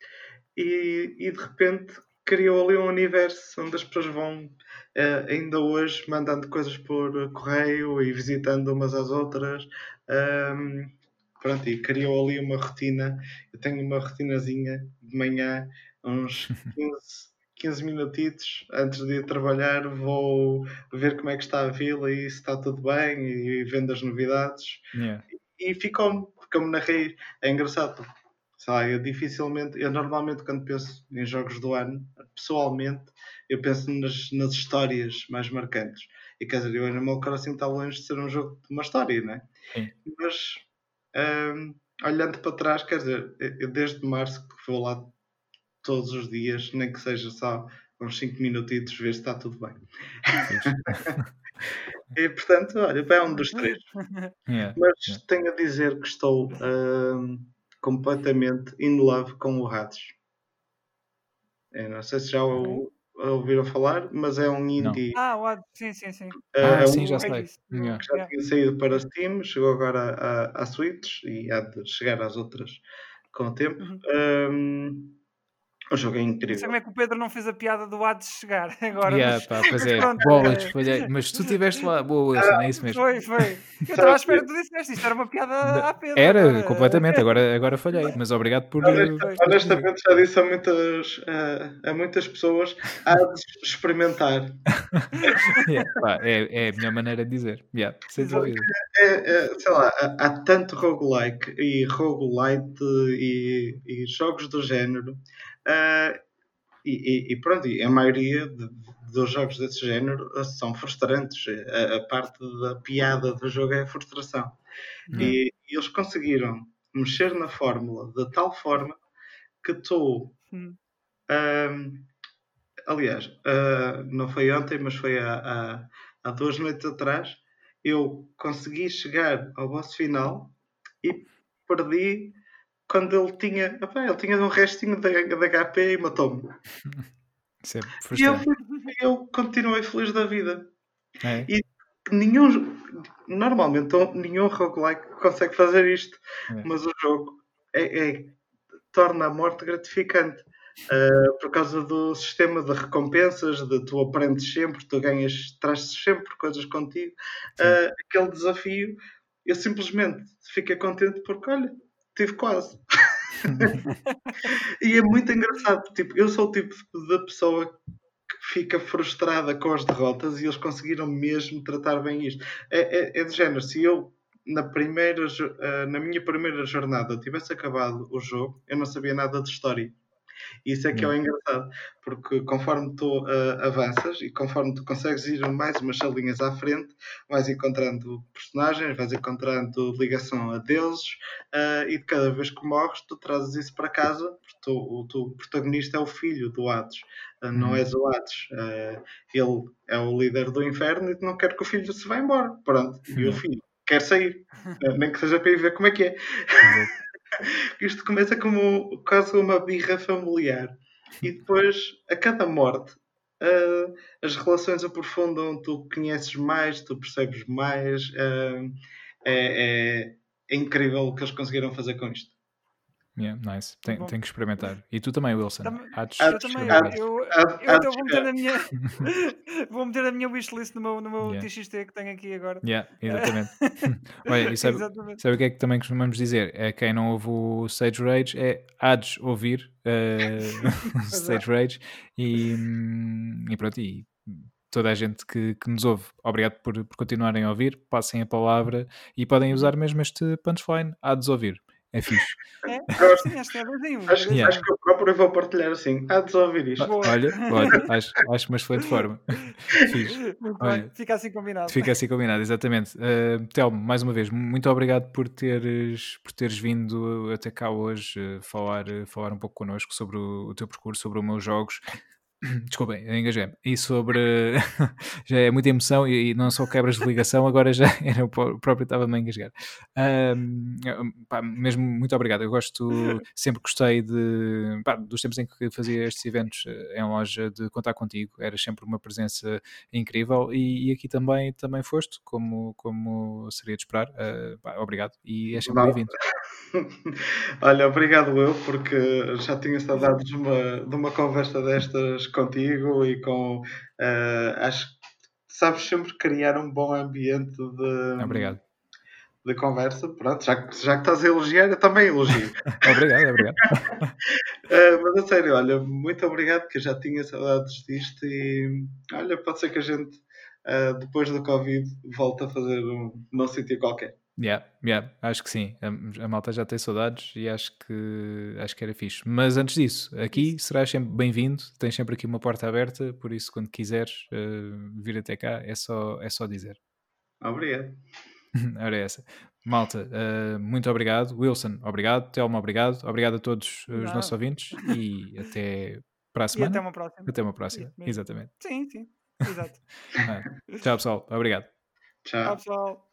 e, e de repente criou ali um universo onde as pessoas vão uh, ainda hoje mandando coisas por correio e visitando umas às outras. Um, pronto, e criou ali uma rotina. Eu tenho uma rotinazinha de manhã, uns quinze, quinze minutitos antes de ir trabalhar, vou ver como é que está a vila e se está tudo bem e vendo as novidades. Yeah. E ficou-me, ficou-me na raiz. É engraçado. Sabe, eu dificilmente, eu normalmente quando penso em jogos do ano, pessoalmente, eu penso nas, nas histórias mais marcantes. E quer dizer, o Animal Crossing está longe de ser um jogo de uma história, não é? Sim. Mas, hum, olhando para trás, quer dizer, eu desde março que vou lá todos os dias, nem que seja só uns cinco minutitos, ver se está tudo bem. E portanto, olha, é um dos três. Yeah. Mas Yeah. tenho a dizer que estou hum, completamente in love com o Hades. Eu não sei se já o, ouviram falar, mas é um indie Ah, o Hades, sim, sim, sim. Ah, uh, sim, um já O sei. Hades. Yeah. que já Yeah. tinha saído para Steam, chegou agora à, à Switch e há de chegar às outras com o tempo. Uhum. Um, o jogo é Não sei incrível. como é que o Pedro não fez a piada do Hades chegar agora, Yeah, mas, pá, pois mas é, pronto. bolas, é- falhei. Mas se tu estiveste lá, boa Wilson, é isso mesmo. Foi, foi. Eu estava à espera que tu disseste, isto era uma piada à Pedro. Era, agora. completamente, agora, agora falhei, mas obrigado por. Honesta- por teres dizer. honestamente, já disse a muitas, a, a muitas pessoas há de experimentar. Yeah, pá, é, é a melhor maneira de dizer. Yeah, sem Exato. dúvida. É, é, sei lá, há, há tanto roguelike e roguelite e, e jogos do género. ah, e, e- e pronto, e a maioria de- dos jogos desse género ah, são frustrantes. A, a parte da piada do jogo é a frustração. E, e eles conseguiram mexer na fórmula de tal forma que tu. Hum. ahm, aliás, ah, não foi ontem, mas foi há, há, há duas noites atrás. Eu consegui chegar ao boss final e perdi quando ele tinha. Epá, ele tinha um restinho de, de H P e matou-me. Isso é E eu, frustrante. eu continuei feliz da vida. É? E nenhum. Normalmente nenhum roguelike consegue fazer isto. É. Mas o jogo é, é- torna a morte gratificante. Uh, por causa do sistema de recompensas, de tu aprendes sempre, tu ganhas, trazes sempre coisas contigo. Uh, aquele desafio, eu simplesmente fiquei contente porque, olha, tive quase. E é muito engraçado. Tipo, eu sou o tipo de pessoa que fica frustrada com as derrotas e eles conseguiram mesmo tratar bem isto. É, é, é de género, se eu na, primeira, uh, na minha primeira jornada tivesse acabado o jogo, eu não sabia nada de história. Isso é que yeah. é o engraçado, porque conforme tu uh, avanças e conforme tu consegues ir mais umas salinhas à frente, vais encontrando personagens, vais encontrando ligação a deuses, uh, e de cada vez que morres tu trazes isso para casa, porque tu, o teu protagonista é o filho do Hades, uh, não és o Hades, uh, ele é o líder do inferno e tu não quer que o filho se vá embora, pronto, e yeah. o filho quer sair, uh, nem que seja para ir ver como é que é. Isto começa como quase uma birra familiar e depois a cada morte uh, as relações aprofundam, tu conheces mais, tu percebes mais, uh, é, é, é incrível o que eles conseguiram fazer com isto. Yeah, nice. Tem, tem que experimentar. E tu também, Wilson? Tam, Hades, eu também. Eu, eu, eu até vou meter na minha vou meter a minha wishlist no meu, no meu yeah. T X T que tenho aqui agora. Yeah, exatamente. Olha, e sabe, sabe o que é que também costumamos dizer? É quem não ouve o Stage Rage é Hades ouvir uh, Stage Rage e, e pronto, e toda a gente que, que nos ouve, obrigado por, por continuarem a ouvir, passem a palavra e podem usar mesmo este punchline, Hades ouvir. É fixe. É, acho, sim, acho que é dois um. Acho, yeah. acho que eu próprio vou partilhar assim. Há de ouvir isto. Boa. Olha, olha acho, acho uma excelente forma. Fixe. Muito olha, bem, fica assim combinado. Fica assim combinado, exatamente. Uh, Telmo, mais uma vez, muito obrigado por teres, por teres vindo até cá hoje uh, falar, uh, falar um pouco connosco sobre o, o teu percurso, sobre os meus jogos. Desculpem, engajei-me. E sobre. já é muita emoção e, e não só quebras de ligação, agora já era o próprio estava-me a engasgar. Um, pá, mesmo muito obrigado. Eu gosto, sempre gostei de. Pá, dos tempos em que fazia estes eventos em loja, de contar contigo. Era sempre uma presença incrível e, e aqui também, também foste, como, como seria de esperar. Uh, pá, obrigado e é sempre bem-vindo. Olha, obrigado eu, porque já tinha saudades de uma, de uma conversa destas contigo e com, uh, acho que sabes sempre criar um bom ambiente de, obrigado. de conversa. Pronto, já, já que estás a elogiar, eu também elogio. obrigado, obrigado. uh, mas a sério, olha, muito obrigado, que eu já tinha saudades disto e olha, pode ser que a gente, uh, depois do Covid, volte a fazer um, num sítio qualquer. Yeah, yeah, acho que sim. A, a malta já tem saudades e acho que, acho que era fixe. Mas antes disso, aqui isso. serás sempre bem-vindo. Tens sempre aqui uma porta aberta, por isso quando quiseres uh, vir até cá é só, é só dizer. Obrigado. Ora é essa. Malta, uh, muito obrigado. Wilson, obrigado. Telmo, obrigado. Obrigado a todos os Não. nossos ouvintes e até para a semana. E até uma próxima. Até uma próxima, exatamente. Sim, sim. Exato. Ah, tchau, pessoal. Obrigado. Tchau. Tchau, pessoal.